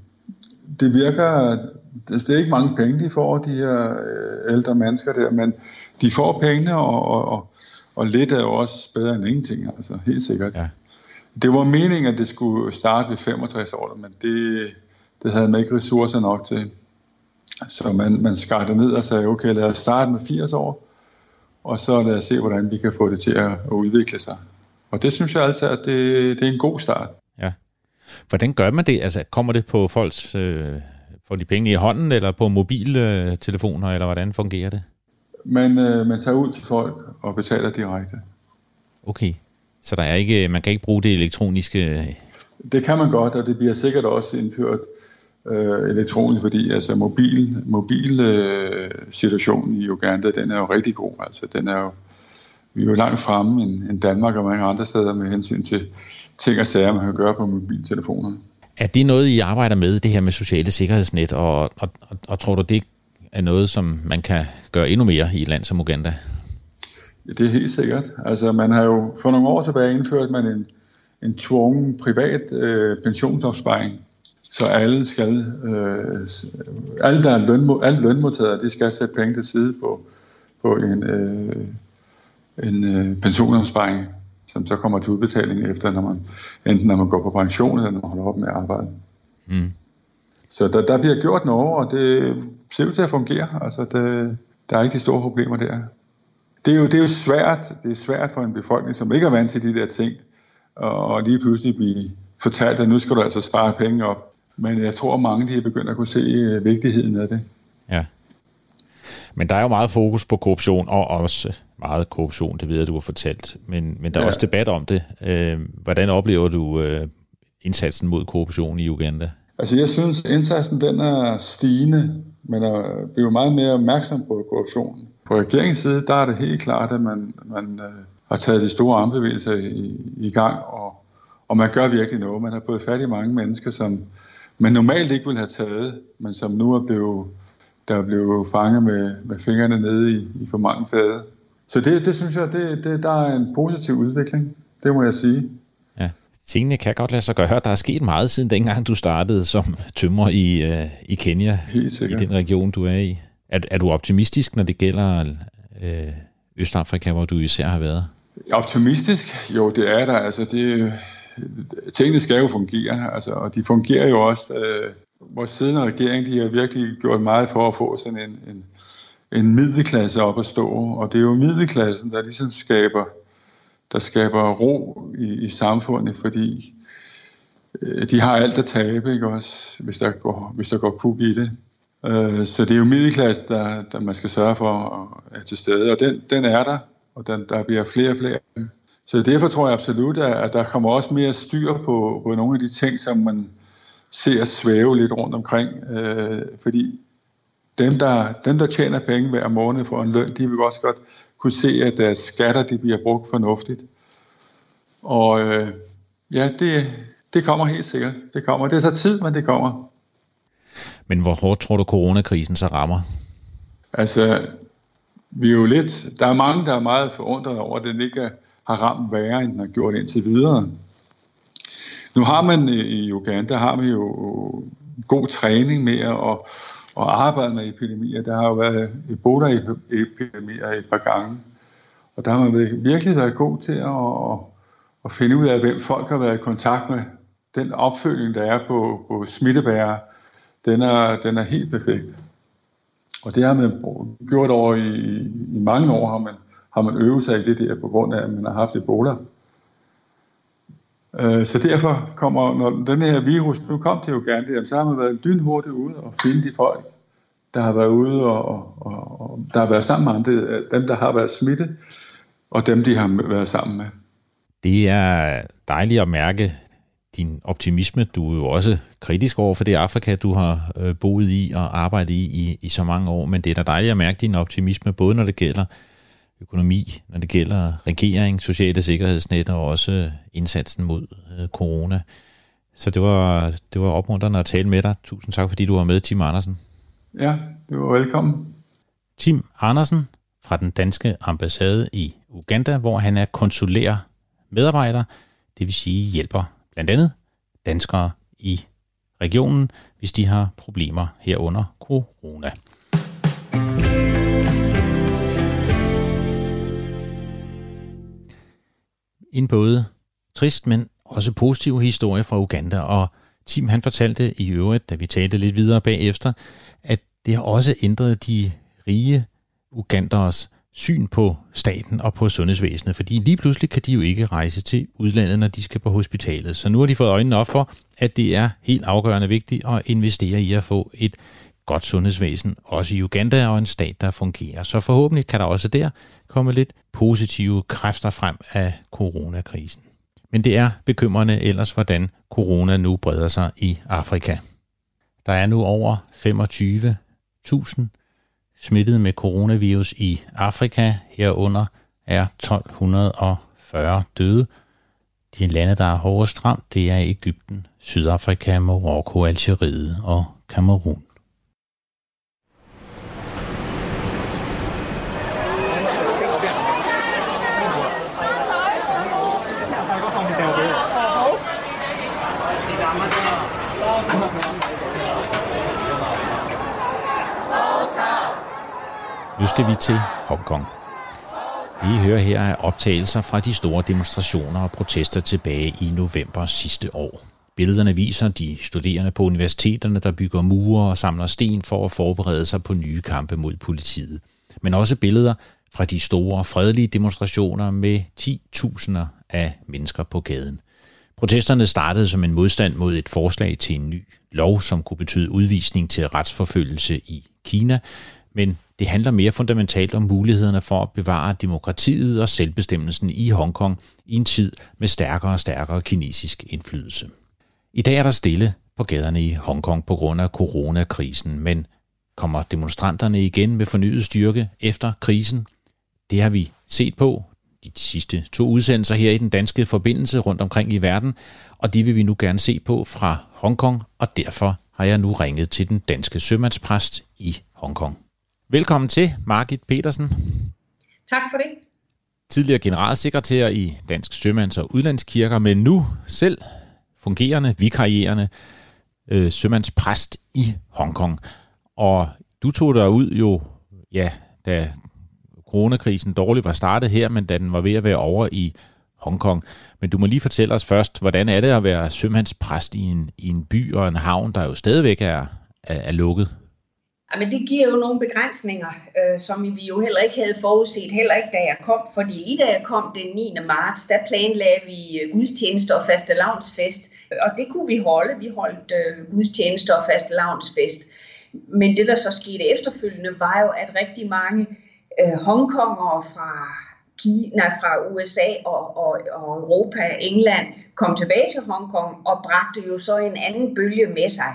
det virker. Det er ikke mange penge, de får, de her ældre mennesker der, men de får pengene, og, og, og, og lidt er jo også bedre end ingenting, altså helt sikkert. Ja. Det var meningen, at det skulle starte ved femogtres år, men det, det havde man ikke ressourcer nok til. Så man, man skar det ned og sagde, okay, lad os starte med firs år, og så lad os se, hvordan vi kan få det til at, at udvikle sig. Og det synes jeg altså, at det, det er en god start. Ja. Hvordan gør man det? Altså, kommer det på folks... Øh, får de penge i hånden, eller på mobiltelefoner, eller hvordan fungerer det? Man, øh, man tager ud til folk og betaler direkte. Okay. Så der er ikke, man kan ikke bruge det elektroniske... Det kan man godt, og det bliver sikkert også indført øh, elektronisk, fordi altså mobil, mobil øh, situationen i Uganda, den er jo rigtig god. Altså, den er jo, vi er jo langt fremme end, end Danmark og mange andre steder med hensyn til ting og sager, man kan gøre på mobiltelefonerne. Er det noget, I arbejder med, det her med sociale sikkerhedsnet, og, og, og, og tror du, det er noget, som man kan gøre endnu mere i et land som Uganda? Ja, det er helt sikkert. Altså, man har jo for nogle år tilbage indført man en, en tvungen privat øh, pensionsopsparing, så alle skal, øh, alle der er lønmo, alle lønmodtagere, de skal sætte penge til side på, på en, øh, en øh, pensionsopsparing, som så kommer til udbetaling efter, når man, enten når man går på pension, eller når man holder op med at arbejde. Mm. Så der, der bliver gjort noget, og det ser ud til at fungere. Altså, det, der er ikke de store problemer der. Det er, jo, det er jo svært, det er svært for en befolkning, som ikke er vant til de der ting, og lige pludselig blive fortalt, at nu skal du altså spare penge op. Men jeg tror, mange de er begyndt at kunne se vigtigheden af det. Ja. Men der er jo meget fokus på korruption, og også meget korruption, det ved jeg, du har fortalt. Men, men der er ja. også debat om det. Hvordan oplever du indsatsen mod korruption i Uganda? Altså jeg synes, indsatsen den er stigende, men er blevet meget mere opmærksom på korruptionen. På regeringens side, der er det helt klart, at man, man øh, har taget de store armbevægelser i, i gang, og, og man gør virkelig noget. Man har fået fat i mange mennesker, som man normalt ikke ville have taget, men som nu er blevet, der er blevet fanget med, med fingrene nede i, i for mange fade. Så det, det synes jeg, det, det, der er en positiv udvikling, det må jeg sige. Ja, tingene kan godt lade sig gøre. Der er sket meget siden dengang, du startede som tømrer i, øh, i Kenya, i den region, du er i. Er, er du optimistisk, når det gælder øh, Østafrika, hvor du især har været? Optimistisk? Jo, det er der. Altså, det, tingene skal jo fungere, altså, og de fungerer jo også. Øh, vores siddende regering, de har virkelig gjort meget for at få sådan en, en, en middelklasse op at stå, og det er jo middelklassen, der ligesom skaber, der skaber ro i, i samfundet, fordi øh, de har alt at tabe, ikke også, hvis der går, hvis der går kug i det. Så det er jo middelklasse, der, der man skal sørge for at er til stede, og den, den er der, og den, der bliver flere og flere. Så derfor tror jeg absolut, at der kommer også mere styr på, på nogle af de ting, som man ser svæve lidt rundt omkring. Øh, fordi dem der, dem, der tjener penge hver måned for en løn, de vil også godt kunne se, at deres skatter de bliver brugt fornuftigt. Og øh, ja, det, det kommer helt sikkert. Det kommer. Det tager tid, men det kommer. Men hvor hårdt tror du, coronakrisen så rammer? Altså, vi er jo lidt... Der er mange, der er meget forundret over, at den ikke har ramt værre, end den har gjort indtil videre. Nu har man i Uganda, har man jo god træning med at, at arbejde med epidemier. Der har jo været Ebola-epidemier et par gange. Og der har man virkelig været god til at, at finde ud af, hvem folk har været i kontakt med. Den opfølging, der er på, på smittebærere, Den er, den er helt perfekt. Og det har man gjort over i, i mange år, har man, har man øvet sig i det der, på grund af, at man har haft Ebola. Øh, så derfor kommer, når den her virus nu kom til Uganda, så har man været lynhurtigt ude og finde de folk, der har været ude, og, og, og, og der har været sammen med andre, dem, der har været smittet, og dem, de har været sammen med. Det er dejligt at mærke din optimisme. Du er jo også kritisk over for det Afrika, du har øh, boet i og arbejdet i, i i så mange år, men det er da dejligt at mærke din optimisme, både når det gælder økonomi, når det gælder regering, sociale sikkerhedsnet og også indsatsen mod øh, corona. Så det var, det var opmuntrende at tale med dig. Tusind tak, fordi du var med, Tim Andersen. Ja, du var velkommen. Tim Andersen fra den danske ambassade i Uganda, hvor han er konsulær medarbejder, det vil sige hjælper blandt andet danskere i regionen, hvis de har problemer herunder corona. En både trist, men også positiv historie fra Uganda, og Tim han fortalte i øvrigt, da vi talte lidt videre bagefter, at det har også ændret de rige uganders syn på staten og på sundhedsvæsenet, fordi lige pludselig kan de jo ikke rejse til udlandet, når de skal på hospitalet. Så nu har de fået øjnene op for, at det er helt afgørende vigtigt at investere i at få et godt sundhedsvæsen, også i Uganda, og en stat, der fungerer. Så forhåbentlig kan der også der komme lidt positive kræfter frem af coronakrisen. Men det er bekymrende ellers, hvordan corona nu breder sig i Afrika. Der er nu over femogtyve tusind smittet med coronavirus i Afrika. Herunder er tolv fyrre døde. De lande, der er hårdest ramt, det er Egypten, Sydafrika, Marokko, Algeriet og Kamerun. Nu skal vi til Hongkong. Vi hører her af optagelser fra de store demonstrationer og protester tilbage i november sidste år. Billederne viser de studerende på universiteterne, der bygger mure og samler sten for at forberede sig på nye kampe mod politiet. Men også billeder fra de store fredelige demonstrationer med ti tusinder af mennesker på gaden. Protesterne startede som en modstand mod et forslag til en ny lov, som kunne betyde udvisning til retsforfølgelse i Kina, men det handler mere fundamentalt om mulighederne for at bevare demokratiet og selvbestemmelsen i Hongkong i en tid med stærkere og stærkere kinesisk indflydelse. I dag er der stille på gaderne i Hongkong på grund af coronakrisen, men kommer demonstranterne igen med fornyet styrke efter krisen? Det har vi set på de sidste to udsendelser her i den danske forbindelse rundt omkring i verden, og det vil vi nu gerne se på fra Hongkong, og derfor har jeg nu ringet til den danske sømandspræst i Hongkong. Velkommen til, Margit Petersen. Tak for det. Tidligere generalsekretær i Dansk Sømands- og Udlandskirker, men nu selv fungerende, vikarierende øh, sømandspræst i Hongkong. Og du tog dig ud jo, ja, da coronakrisen dårligt var startet her, men da den var ved at være over i Hongkong. Men du må lige fortælle os først, hvordan er det at være sømandspræst i en, i en by og en havn, der jo stadigvæk er, er, er lukket? Men det giver jo nogle begrænsninger, øh, som vi jo heller ikke havde forudset, heller ikke da jeg kom. Fordi lige da jeg kom den niende marts, der planlagde vi gudstjeneste og fastelavnsfest. Og det kunne vi holde. Vi holdt øh, gudstjeneste og fastelavnsfest. Men det, der så skete efterfølgende, var jo, at rigtig mange øh, hongkongere fra, Kina, fra U S A og, og, og Europa, England, kom tilbage til Hongkong og bragte jo så en anden bølge med sig.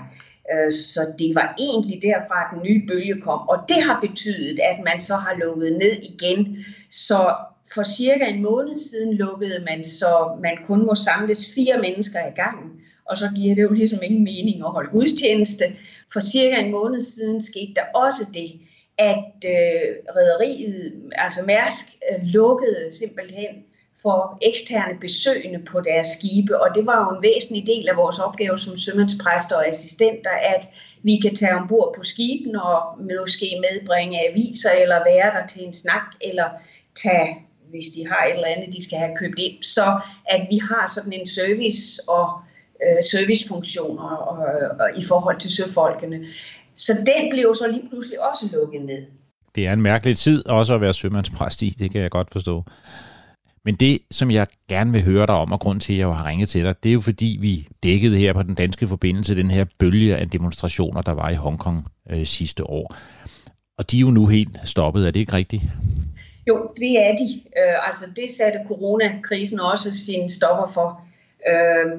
Så det var egentlig derfra, at den nye bølge kom. Og det har betydet, at man så har lukket ned igen. Så for cirka en måned siden lukkede man, så man kun må samles fire mennesker i gangen. Og så giver det jo ligesom ingen mening at holde gudstjeneste. For cirka en måned siden skete der også det, at øh, rederiet, altså Mærsk, øh, lukkede simpelthen for eksterne besøgende på deres skibe, og det var jo en væsentlig del af vores opgave som sømandspræster og assistenter, at vi kan tage ombord på skiben og måske medbringe aviser eller være der til en snak, eller tage, hvis de har et eller andet, de skal have købt ind, så at vi har sådan en service og øh, servicefunktioner og, og, i forhold til søfolkene. Så den blev så lige pludselig også lukket ned. Det er en mærkelig tid også at være sømandspræst i, det kan jeg godt forstå. Men det, som jeg gerne vil høre dig om, og grund til, at jeg har ringet til dig, det er jo fordi, vi dækkede her på den danske forbindelse den her bølge af demonstrationer, der var i Hongkong øh, sidste år. Og de er jo nu helt stoppet, er det ikke rigtigt? Jo, det er de. Øh, altså det satte coronakrisen også sine stopper for. Øh,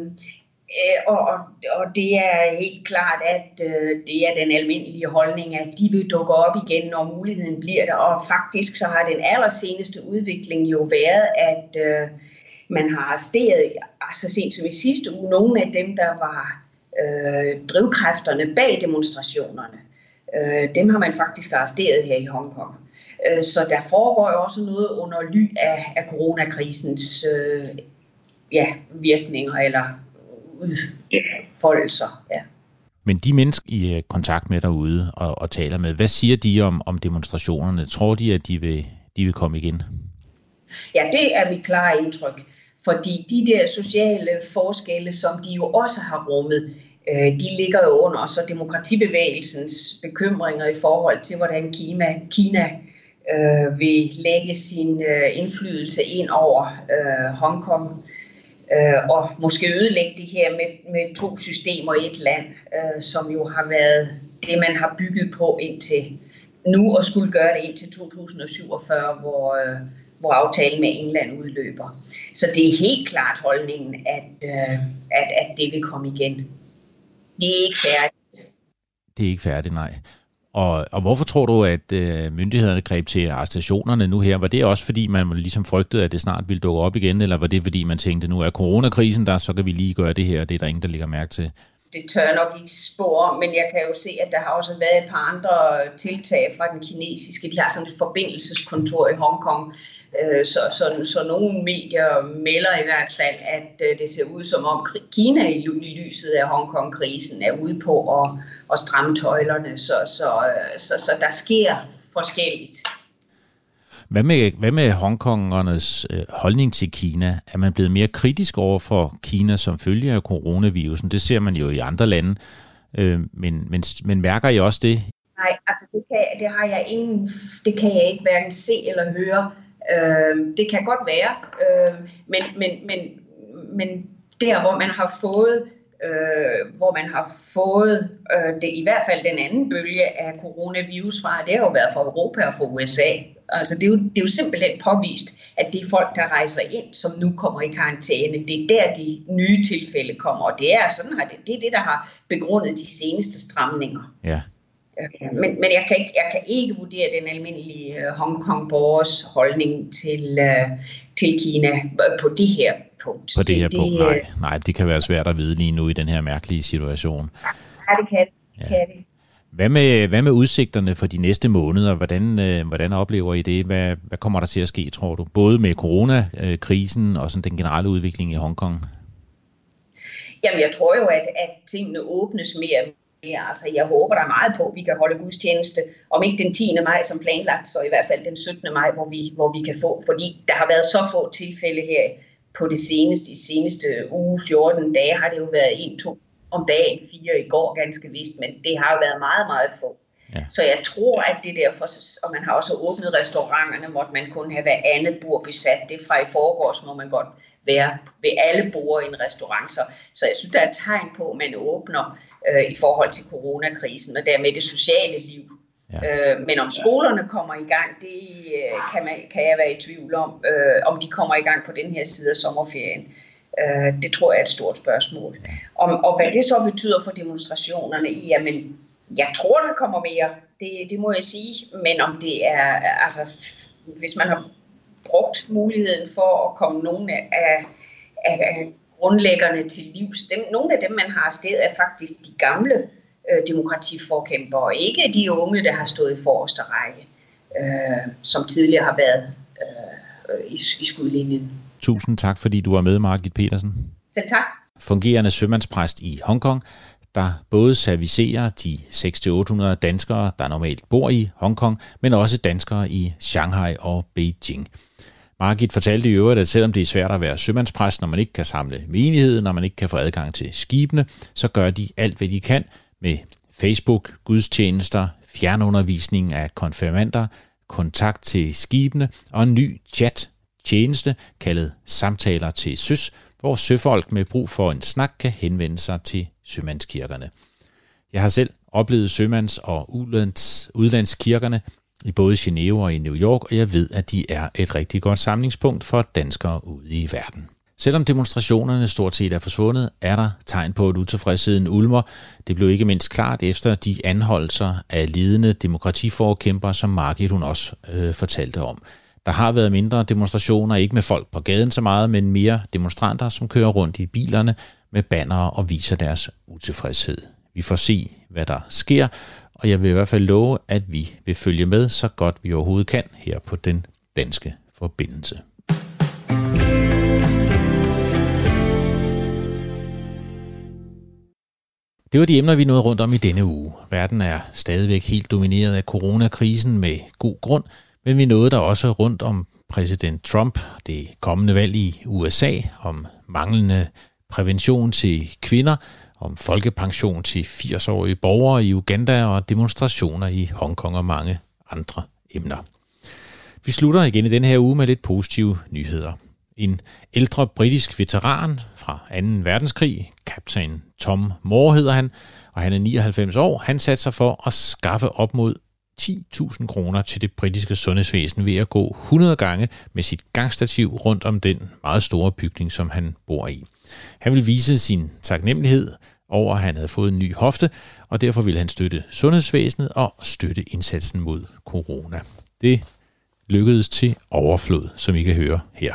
og, og, og det er helt klart, at øh, det er den almindelige holdning, at de vil dukke op igen, når muligheden bliver der. Og faktisk så har den allerseneste udvikling jo været, at øh, man har arresteret, så sent som i sidste uge, nogle af dem, der var øh, drivkræfterne bag demonstrationerne. Øh, dem har man faktisk arresteret her i Hongkong. Øh, så der foregår jo også noget under ly af, af coronakrisens øh, ja, virkninger eller udfoldelser. Ja. Men de mennesker, I er i kontakt med derude og, og taler med, hvad siger de om, om demonstrationerne? Tror de, at de vil, de vil komme igen? Ja, det er mit klare indtryk. Fordi de der sociale forskelle, som de jo også har rummet, de ligger jo under så demokratibevægelsens bekymringer i forhold til, hvordan Kina, Kina øh, vil lægge sin øh, indflydelse ind over øh, Hongkong, øh, og måske ødelægge det her med, med to systemer i et land, øh, som jo har været det, man har bygget på indtil nu, og skulle gøre det indtil to tusind syvogfyrre, hvor, øh, hvor aftalen med England udløber. Så det er helt klart holdningen, at, øh, at, at det vil komme igen. Det er ikke færdigt. Det er ikke færdigt, nej. Og, og hvorfor tror du, at øh, myndighederne greb til arrestationerne nu her? Var det også, fordi man ligesom frygtede, at det snart ville dukke op igen, eller var det, fordi man tænkte, nu er coronakrisen der, så kan vi lige gøre det her, og det er der ingen, der lægger mærke til? Det tør nok ikke spore, men jeg kan jo se, at der har også været et par andre tiltag fra den kinesiske. De har sådan et forbindelseskontor i Hongkong, Så, så, så nogle medier melder i hvert fald, at det ser ud som om Kina i lyset af Hongkong-krisen er ude på at, at stramme tøjlerne, så, så, så, så der sker forskelligt. Hvad med, hvad med Hongkongernes holdning til Kina? Er man blevet mere kritisk over for Kina som følge af coronavirusen? Det ser man jo i andre lande, men, men, men mærker I også det? Nej, altså det kan, det har jeg ingen, det kan jeg ikke hverken se eller høre. Øh, det kan godt være, øh, men, men, men, men der hvor man har fået, øh, hvor man har fået øh, det, i hvert fald den anden bølge af coronavirus fra, det har jo været fra Europa og fra U S A. Altså det er jo, det er jo simpelthen påvist, at det er folk, der rejser ind, som nu kommer i karantæne. Det er der, de nye tilfælde kommer, og det er sådan her, det er det, der har begrundet de seneste stramninger. Ja. Men, men jeg, kan ikke, jeg kan ikke vurdere den almindelige Hongkong-borgers holdning til, uh, til Kina på det her punkt. På det her det, punkt, det, nej. Nej, det kan være svært at vide lige nu i den her mærkelige situation. Ja, det kan det. Ja. Kan det. Hvad med, hvad med udsigterne for de næste måneder? Hvordan, øh, hvordan oplever I det? Hvad, hvad kommer der til at ske, tror du? Både med coronakrisen og sådan den generelle udvikling i Hongkong? Jamen, jeg tror jo, at, at tingene åbnes mere. Ja, altså jeg håber der er meget på, at vi kan holde gudstjeneste, om ikke den tiende maj som planlagt, så i hvert fald den syttende maj, hvor vi, hvor vi kan få, fordi der har været så få tilfælde her på det seneste, de seneste uge, fjorten dage, har det jo været en, to om dagen, fire i går ganske vist, men det har jo været meget, meget få. Ja. Så jeg tror, at det derfor, og man har også åbnet restauranterne, måtte man kun have hver andet bord besat, det fra i forgårs må man godt være ved alle borde i en restaurant, så, så jeg synes, der er et tegn på, at man åbner i forhold til coronakrisen, og dermed det sociale liv. Ja. Øh, men om skolerne kommer i gang, det kan, man, kan jeg være i tvivl om, øh, om de kommer i gang på den her side af sommerferien. Øh, det tror jeg er et stort spørgsmål. Ja. Om, og hvad det så betyder for demonstrationerne, jamen, jeg tror, der kommer mere, det, det må jeg sige, men om det er, altså, hvis man har brugt muligheden for at komme nogen af, af, af grundlæggerne til livs. Dem, nogle af dem, man har arresteret, er faktisk de gamle øh, demokratiforkæmpere, ikke de unge, der har stået i forreste række, øh, som tidligere har været øh, i, i skudlinjen. Tusind tak, fordi du var med, Margit Petersen. Selv tak. Fungerende sømandspræst i Hongkong, der både servicerer de seks til otte hundrede danskere, der normalt bor i Hongkong, men også danskere i Shanghai og Beijing. Margit fortalte i øvrigt, at selvom det er svært at være sømandspræst, når man ikke kan samle menighed, når man ikke kan få adgang til skibene, så gør de alt, hvad de kan med Facebook, gudstjenester, fjernundervisning af konfirmander, kontakt til skibene og en ny chat-tjeneste kaldet Samtaler til Søs, hvor søfolk med brug for en snak kan henvende sig til sømandskirkerne. Jeg har selv oplevet sømands- og udlands, udlandskirkerne i både Genève og i New York, og jeg ved, at de er et rigtig godt samlingspunkt for danskere ude i verden. Selvom demonstrationerne stort set er forsvundet, er der tegn på, at utilfredsheden ulmer. Det blev ikke mindst klart efter de anholdelser af ledende demokratiforkæmpere, som Margit hun også øh, fortalte om. Der har været mindre demonstrationer, ikke med folk på gaden så meget, men mere demonstranter, som kører rundt i bilerne med bannere og viser deres utilfredshed. Vi får se, hvad der sker, og jeg vil i hvert fald love, at vi vil følge med så godt vi overhovedet kan her på den danske forbindelse. Det var de emner, vi nåede rundt om i denne uge. Verden er stadigvæk helt domineret af coronakrisen med god grund, men vi nåede der også rundt om præsident Trump, det kommende valg i U S A, om manglende prævention til kvinder, om folkepension til firs-årige borgere i Uganda og demonstrationer i Hongkong og mange andre emner. Vi slutter igen i denne her uge med lidt positive nyheder. En ældre britisk veteran fra anden verdenskrig, kaptajn Tom Moore hedder han, og han er nioghalvfems år. Han satte sig for at skaffe op mod ti tusind kroner til det britiske sundhedsvæsen ved at gå hundrede gange med sit gangstativ rundt om den meget store bygning, som han bor i. Han vil vise sin taknemmelighed over, at han havde fået en ny hofte, og derfor vil han støtte sundhedsvæsenet og støtte indsatsen mod corona. Det lykkedes til overflod, som I kan høre her.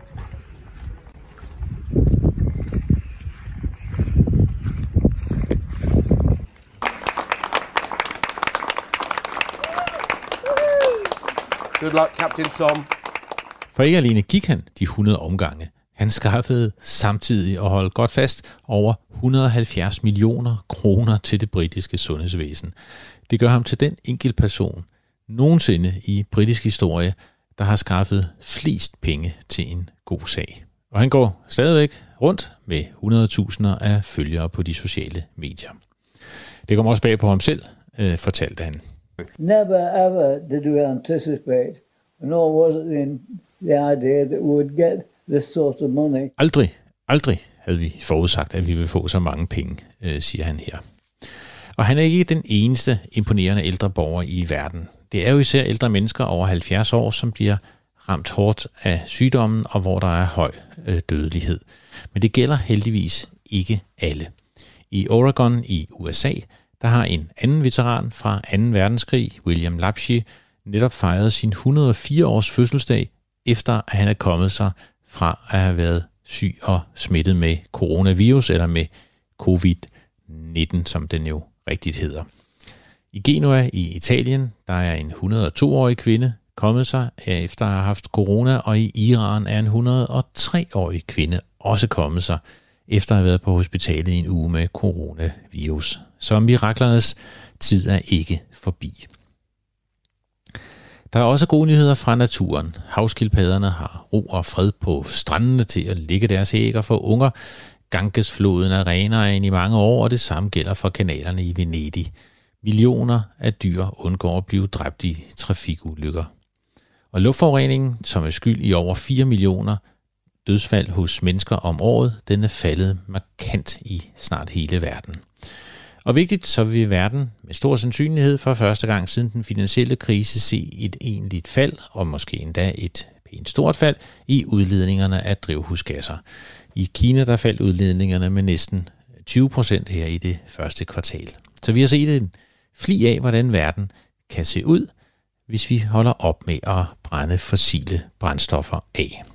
Good luck, Captain Tom. For ikke alene gik han de hundrede omgange. Han skaffede samtidig og holdt godt fast over et hundrede og halvfjerds millioner kroner til det britiske sundhedsvæsen. Det gør ham til den enkelt person nogensinde i britisk historie, der har skaffet flest penge til en god sag. Og han går stadigvæk rundt med hundrede tusinder af følgere på de sociale medier. Det kommer også bag på ham selv, øh, fortalte han. Never ever did we anticipate, nor was it in the idea that we would get this sort of money. Aldrig, aldrig havde vi forudsagt, at vi ville få så mange penge, øh, siger han her. Og han er ikke den eneste imponerende ældre borger i verden. Det er jo især ældre mennesker over halvfjerds år, som bliver ramt hårdt af sygdommen, og hvor der er høj øh, dødelighed. Men det gælder heldigvis ikke alle. I Oregon i U S A, der har en anden veteran fra anden verdenskrig, William Lapshy, netop fejret sin et hundrede og fire års fødselsdag, efter at han er kommet sig fra at have været syg og smittet med coronavirus, eller med covid nitten, som den jo rigtigt hedder. I Genua i Italien, der er en et hundrede og to-årig kvinde kommet sig efter at have haft corona, og i Iran er en et hundrede og tre-årig kvinde også kommet sig efter at have været på hospitalet i en uge med coronavirus. Så miraklernes tid er ikke forbi. Der er også gode nyheder fra naturen. Havskildpadderne har ro og fred på strandene til at lægge deres æg og få unger. Gangesfloden er renere end i mange år, og det samme gælder for kanalerne i Venedig. Millioner af dyr undgår at blive dræbt i trafikulykker. Og luftforureningen, som er skyld i over fire millioner dødsfald hos mennesker om året, den er faldet markant i snart hele verden. Og vigtigt, så vil verden med stor sandsynlighed for første gang siden den finansielle krise se et egentligt fald, og måske endda et pænt stort fald, i udledningerne af drivhusgasser. I Kina der faldt udledningerne med næsten tyve procent her i det første kvartal. Så vi har set en fli af, hvordan verden kan se ud, hvis vi holder op med at brænde fossile brændstoffer af.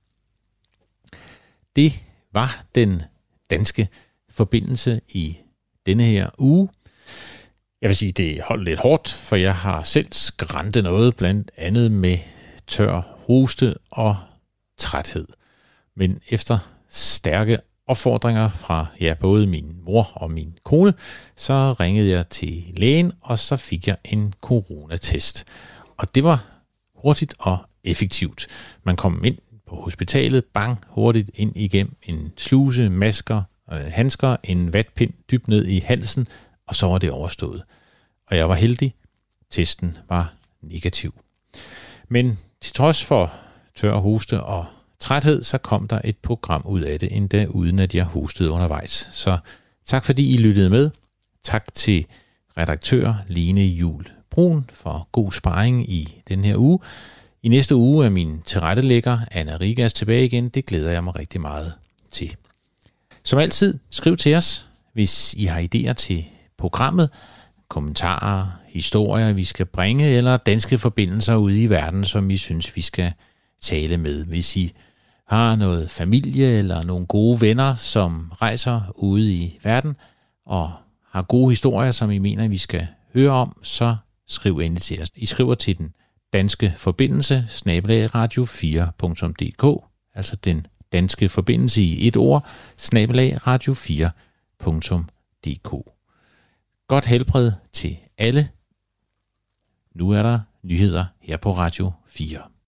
Det var den danske forbindelse i denne her uge. Jeg vil sige, det holdt lidt hårdt, for jeg har selv skræntet noget, blandt andet med tør hoste og træthed. Men efter stærke opfordringer fra ja, både min mor og min kone, så ringede jeg til lægen, og så fik jeg en coronatest. Og det var hurtigt og effektivt. Man kom ind på hospitalet, bang, hurtigt ind igennem en sluse, masker, handsker, en vatpind dybt ned i halsen, og så var det overstået. Og jeg var heldig. Testen var negativ. Men til trods for tør hoste og træthed, så kom der et program ud af det, endda uden at jeg hostede undervejs. Så tak fordi I lyttede med. Tak til redaktør Line Juhl Brun for god sparring i den her uge. I næste uge er min tilrettelægger Anna Rigas tilbage igen. Det glæder jeg mig rigtig meget til. Som altid, skriv til os, hvis I har idéer til programmet, kommentarer, historier, vi skal bringe, eller danske forbindelser ude i verden, som I synes, vi skal tale med. Hvis I har noget familie eller nogle gode venner, som rejser ude i verden, og har gode historier, som I mener, vi skal høre om, så skriv endelig til os. I skriver til den danske forbindelse, snabel-a radio fire punktum d k, altså den danske forbindelse i et ord, snabel-a radio fire punktum punktum d k. Godt helbred til alle. Nu er der nyheder her på Radio fire.